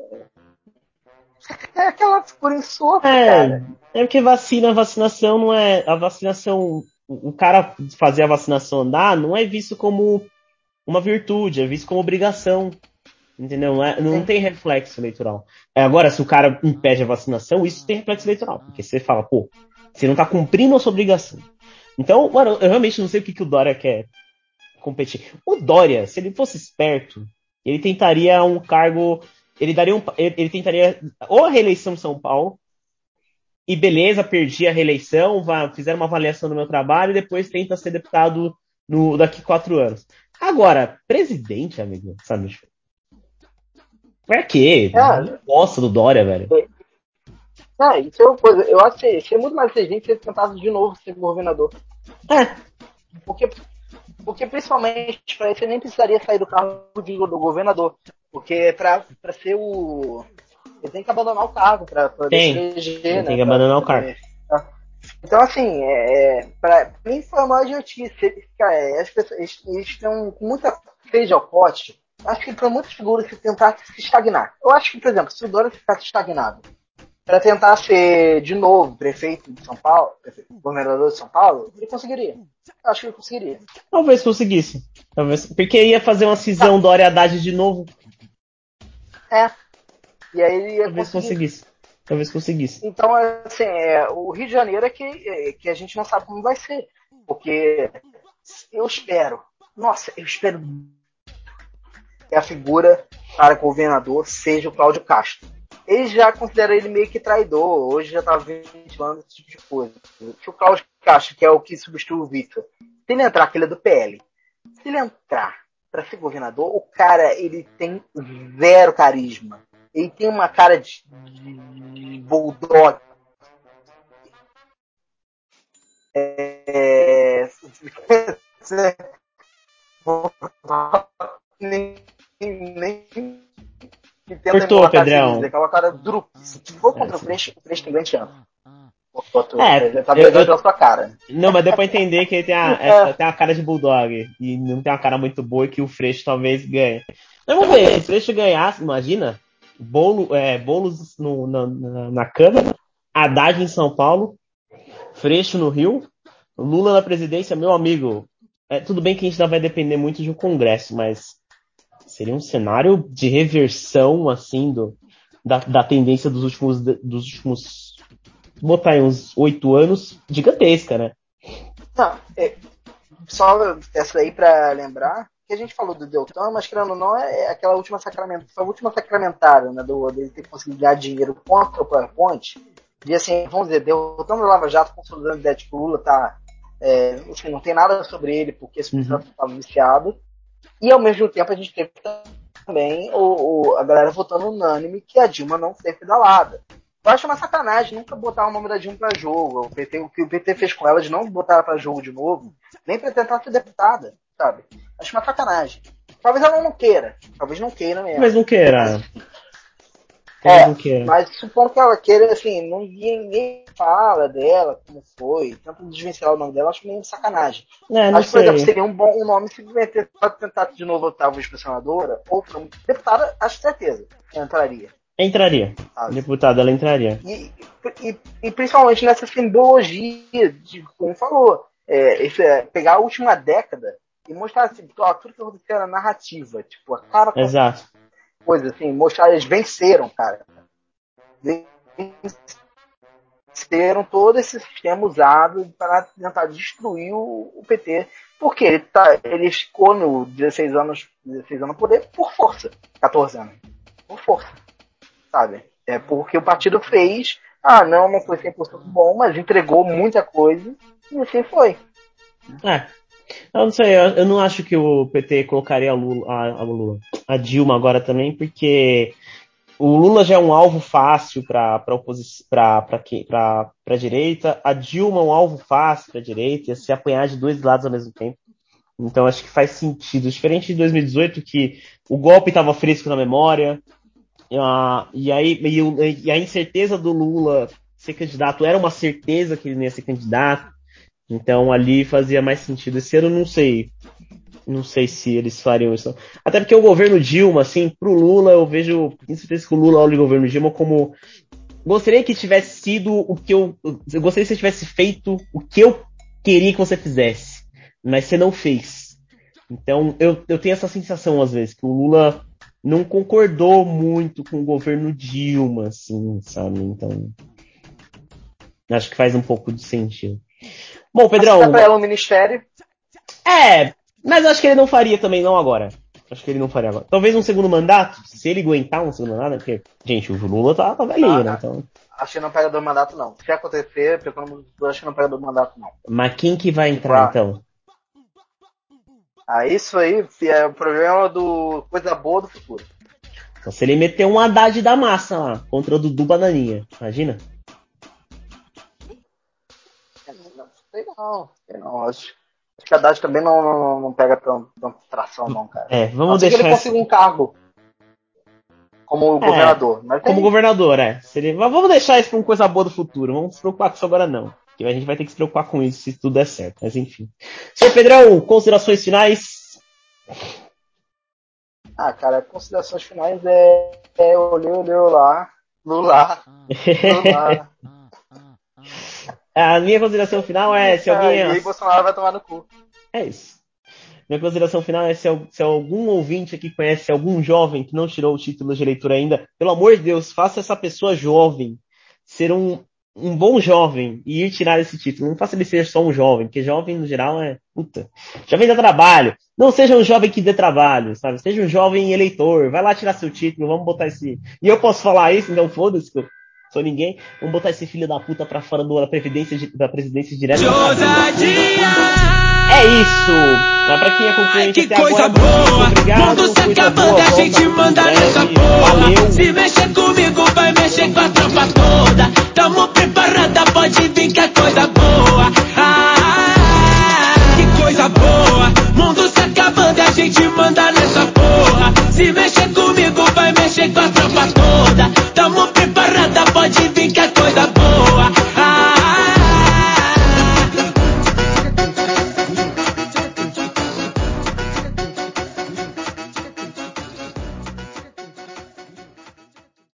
É aquela figura insossa, é, cara. É porque vacina, vacinação não é. A vacinação. O cara fazer a vacinação andar não é visto como uma virtude, é visto como obrigação. Entendeu? Não, é, não tem reflexo eleitoral. É, agora, se o cara impede a vacinação, isso tem reflexo eleitoral. Porque você fala, pô, você não tá cumprindo a sua obrigação. Então, mano, eu realmente não sei o que, que o Dória quer competir. O Dória, se ele fosse esperto, ele tentaria um cargo. Ele daria um. Ele, ele tentaria ou a reeleição em São Paulo, e beleza, perdi a reeleição, vá, fizeram uma avaliação do meu trabalho e depois tenta ser deputado no, daqui quatro anos. Agora, presidente, amigo, sabe? Pra quê? É, gosta do Dória, velho. É, não, isso é uma coisa. Eu acho que seria muito mais inteligente se ele tentasse de novo ser governador. É. Porque, porque principalmente para isso ele nem precisaria sair do cargo de, do governador. Porque para ser o. Ele tem que abandonar o cargo para Tem. eleger, Ele né? tem que abandonar pra, o cargo. Pra, então, assim, é, para mim foi uma idiotice. Cara, as pessoas eles, eles estão com muita sede ao pote. Acho que para muitas figuras se tentar se estagnar. Eu acho que, por exemplo, se o Dória ficasse estagnado para tentar ser de novo prefeito de São Paulo, prefeito, governador de São Paulo, ele conseguiria. Eu acho que ele conseguiria. Talvez conseguisse. Talvez. Porque ia fazer uma cisão tá. Dória-Haddad de novo. É. E aí ele ia Talvez conseguir. conseguisse. Talvez conseguisse. Então, assim, é, o Rio de Janeiro é que, é, que a gente não sabe como vai ser. Porque eu espero, nossa, eu espero que a figura para governador seja o Cláudio Castro. Ele já considera ele meio que traidor, hoje já está ventilando esse tipo de coisa. Que o Cláudio Castro, que é o que substitui o Victor, se ele entrar, que ele é do P L, se ele entrar para ser governador, o cara, ele tem zero carisma. Ele tem uma cara de, de bulldog. É... Cortou, Pedrão. Aquela cara duro. Se for contra o Freixo, o Freixo tem grande chance. É, ele tá eu, eu, eu, sua cara. Não, mas deu pra entender que ele tem a, é. tem uma cara de bulldog e não tem uma cara muito boa e que o Freixo talvez ganhe. Mas vamos ver, se o Freixo ganhasse, imagina, Bolo, é, Boulos no, na, na, na Câmara, Haddad em São Paulo, Freixo no Rio, Lula na presidência, meu amigo. É, tudo bem que a gente ainda vai depender muito de um congresso, mas seria um cenário de reversão, assim, do, da, da tendência dos últimos, dos últimos, botar aí uns oito anos, gigantesca, né? Não, é, só essa aí pra lembrar, que a gente falou do Deltan, mas querendo ou não, é aquela última sacramentada, foi a última sacramentada, né, do, dele ter conseguido ganhar dinheiro contra o PowerPoint, e assim, vamos dizer, Deltan do Lava Jato consolidando a ideia de que o Lula tá, é, assim, não tem nada sobre ele, porque esse processo uhum. estava viciado, e ao mesmo tempo a gente teve também o, o, a galera votando unânime que a Dilma não ser pedalada. Eu acho uma sacanagem nunca botar o nome da Dilma pra jogo. O, P T, o que o P T fez com ela de não botar ela pra jogo de novo, nem pra tentar ser deputada, sabe? Acho uma sacanagem. Talvez ela não queira. Talvez não queira mesmo. Mas não queira. É, não queira. Mas supondo que ela queira, assim, não, ninguém fala dela, como foi, tanto desvencilhar o nome dela, acho meio sacanagem. É, não acho que, sei. por exemplo, seria um bom um nome se meter pra tentar de novo talvez pra senadora, ou pra deputada, acho certeza, entraria. Entraria. Sabe? Deputada, ela entraria. E, e, e principalmente nessa simbologia, de, como falou, é, esse, é, pegar a última década e mostrar assim, ó, tudo que aconteceu era narrativa, tipo, a cara com Exato. coisa assim, mostrar eles venceram, cara. Venceram todo esse sistema usado para tentar destruir o, o P T. Porque ele, tá, ele ficou no dezesseis anos, dezesseis anos no poder por força. quatorze anos. Por força. Sabe? É porque o partido fez, ah, não, não foi cem por cento bom, mas entregou muita coisa e assim foi. É. Eu não sei, eu não acho que o P T colocaria a Lula, a, a, Lula, a Dilma agora também, porque o Lula já é um alvo fácil para a direita, a Dilma é um alvo fácil para a direita, ia se apanhar de dois lados ao mesmo tempo. Então acho que faz sentido. Diferente de dois mil e dezoito, que o golpe estava fresco na memória, uh, e, aí, e, e a incerteza do Lula ser candidato era uma certeza que ele não ia ser candidato. Então ali fazia mais sentido. Esse ano eu não sei. Não sei se eles fariam isso. Até porque o governo Dilma, assim, pro Lula, eu vejo, tenho certeza que o Lula olha o governo Dilma como... Gostaria que tivesse sido o que eu... Eu gostaria que você tivesse feito o que eu queria que você fizesse. Mas você não fez. Então eu, eu tenho essa sensação, às vezes, que o Lula não concordou muito com o governo Dilma, assim, sabe? Então... Acho que faz um pouco de sentido. Bom, Pedrão... Dá pra ela um ministério. É, mas eu acho que ele não faria também, não agora. Acho que ele não faria agora. Talvez um segundo mandato, se ele aguentar um segundo mandato, porque, gente, o Lula tá, tá velhinho, ah, né? Então... Acho que não pega do mandato, não. Se acontecer, eu acho que não pega do mandato, não. Mas quem que vai entrar, ah, então? Ah, isso aí é o problema do coisa boa do futuro. Então, se ele meter um Haddad da massa lá, contra o Dudu Bananinha, imagina? Não sei não, sei não. Acho, acho que a Haddad também não, não, não pega tanta tração, não, cara. É, vamos Não, deixar. Que ele consiga um cargo como é, governador. Mas como governador, é. Seria... Mas vamos deixar isso pra uma coisa boa do futuro. Vamos se preocupar com isso agora, não. Porque a gente vai ter que se preocupar com isso se tudo der certo. Mas enfim. senhor Pedrão, considerações finais? Ah, cara, considerações finais é. é olhou, olhou lá. Lula. Lula. A minha consideração final é se alguém... E aí Bolsonaro vai tomar no cu. É isso. Minha consideração final é se, se algum ouvinte aqui conhece algum jovem que não tirou o título de eleitor ainda, pelo amor de Deus, faça essa pessoa jovem ser um, um bom jovem e ir tirar esse título. Não faça ele ser só um jovem, porque jovem no geral é... Puta. Jovem dá trabalho. Não seja um jovem que dê trabalho, sabe? Seja um jovem eleitor. Vai lá tirar seu título, vamos botar esse... E eu posso falar isso, então foda-se que eu sou ninguém. Vamos botar esse filho da puta pra fora do, da, previdência, da presidência direta. É isso! Mas pra quem acompanha que até coisa agora, boa! muito obrigado. Mundo se acabando, a gente manda nessa porra. Valeu! Se mexer comigo, vai mexer com a tropa toda.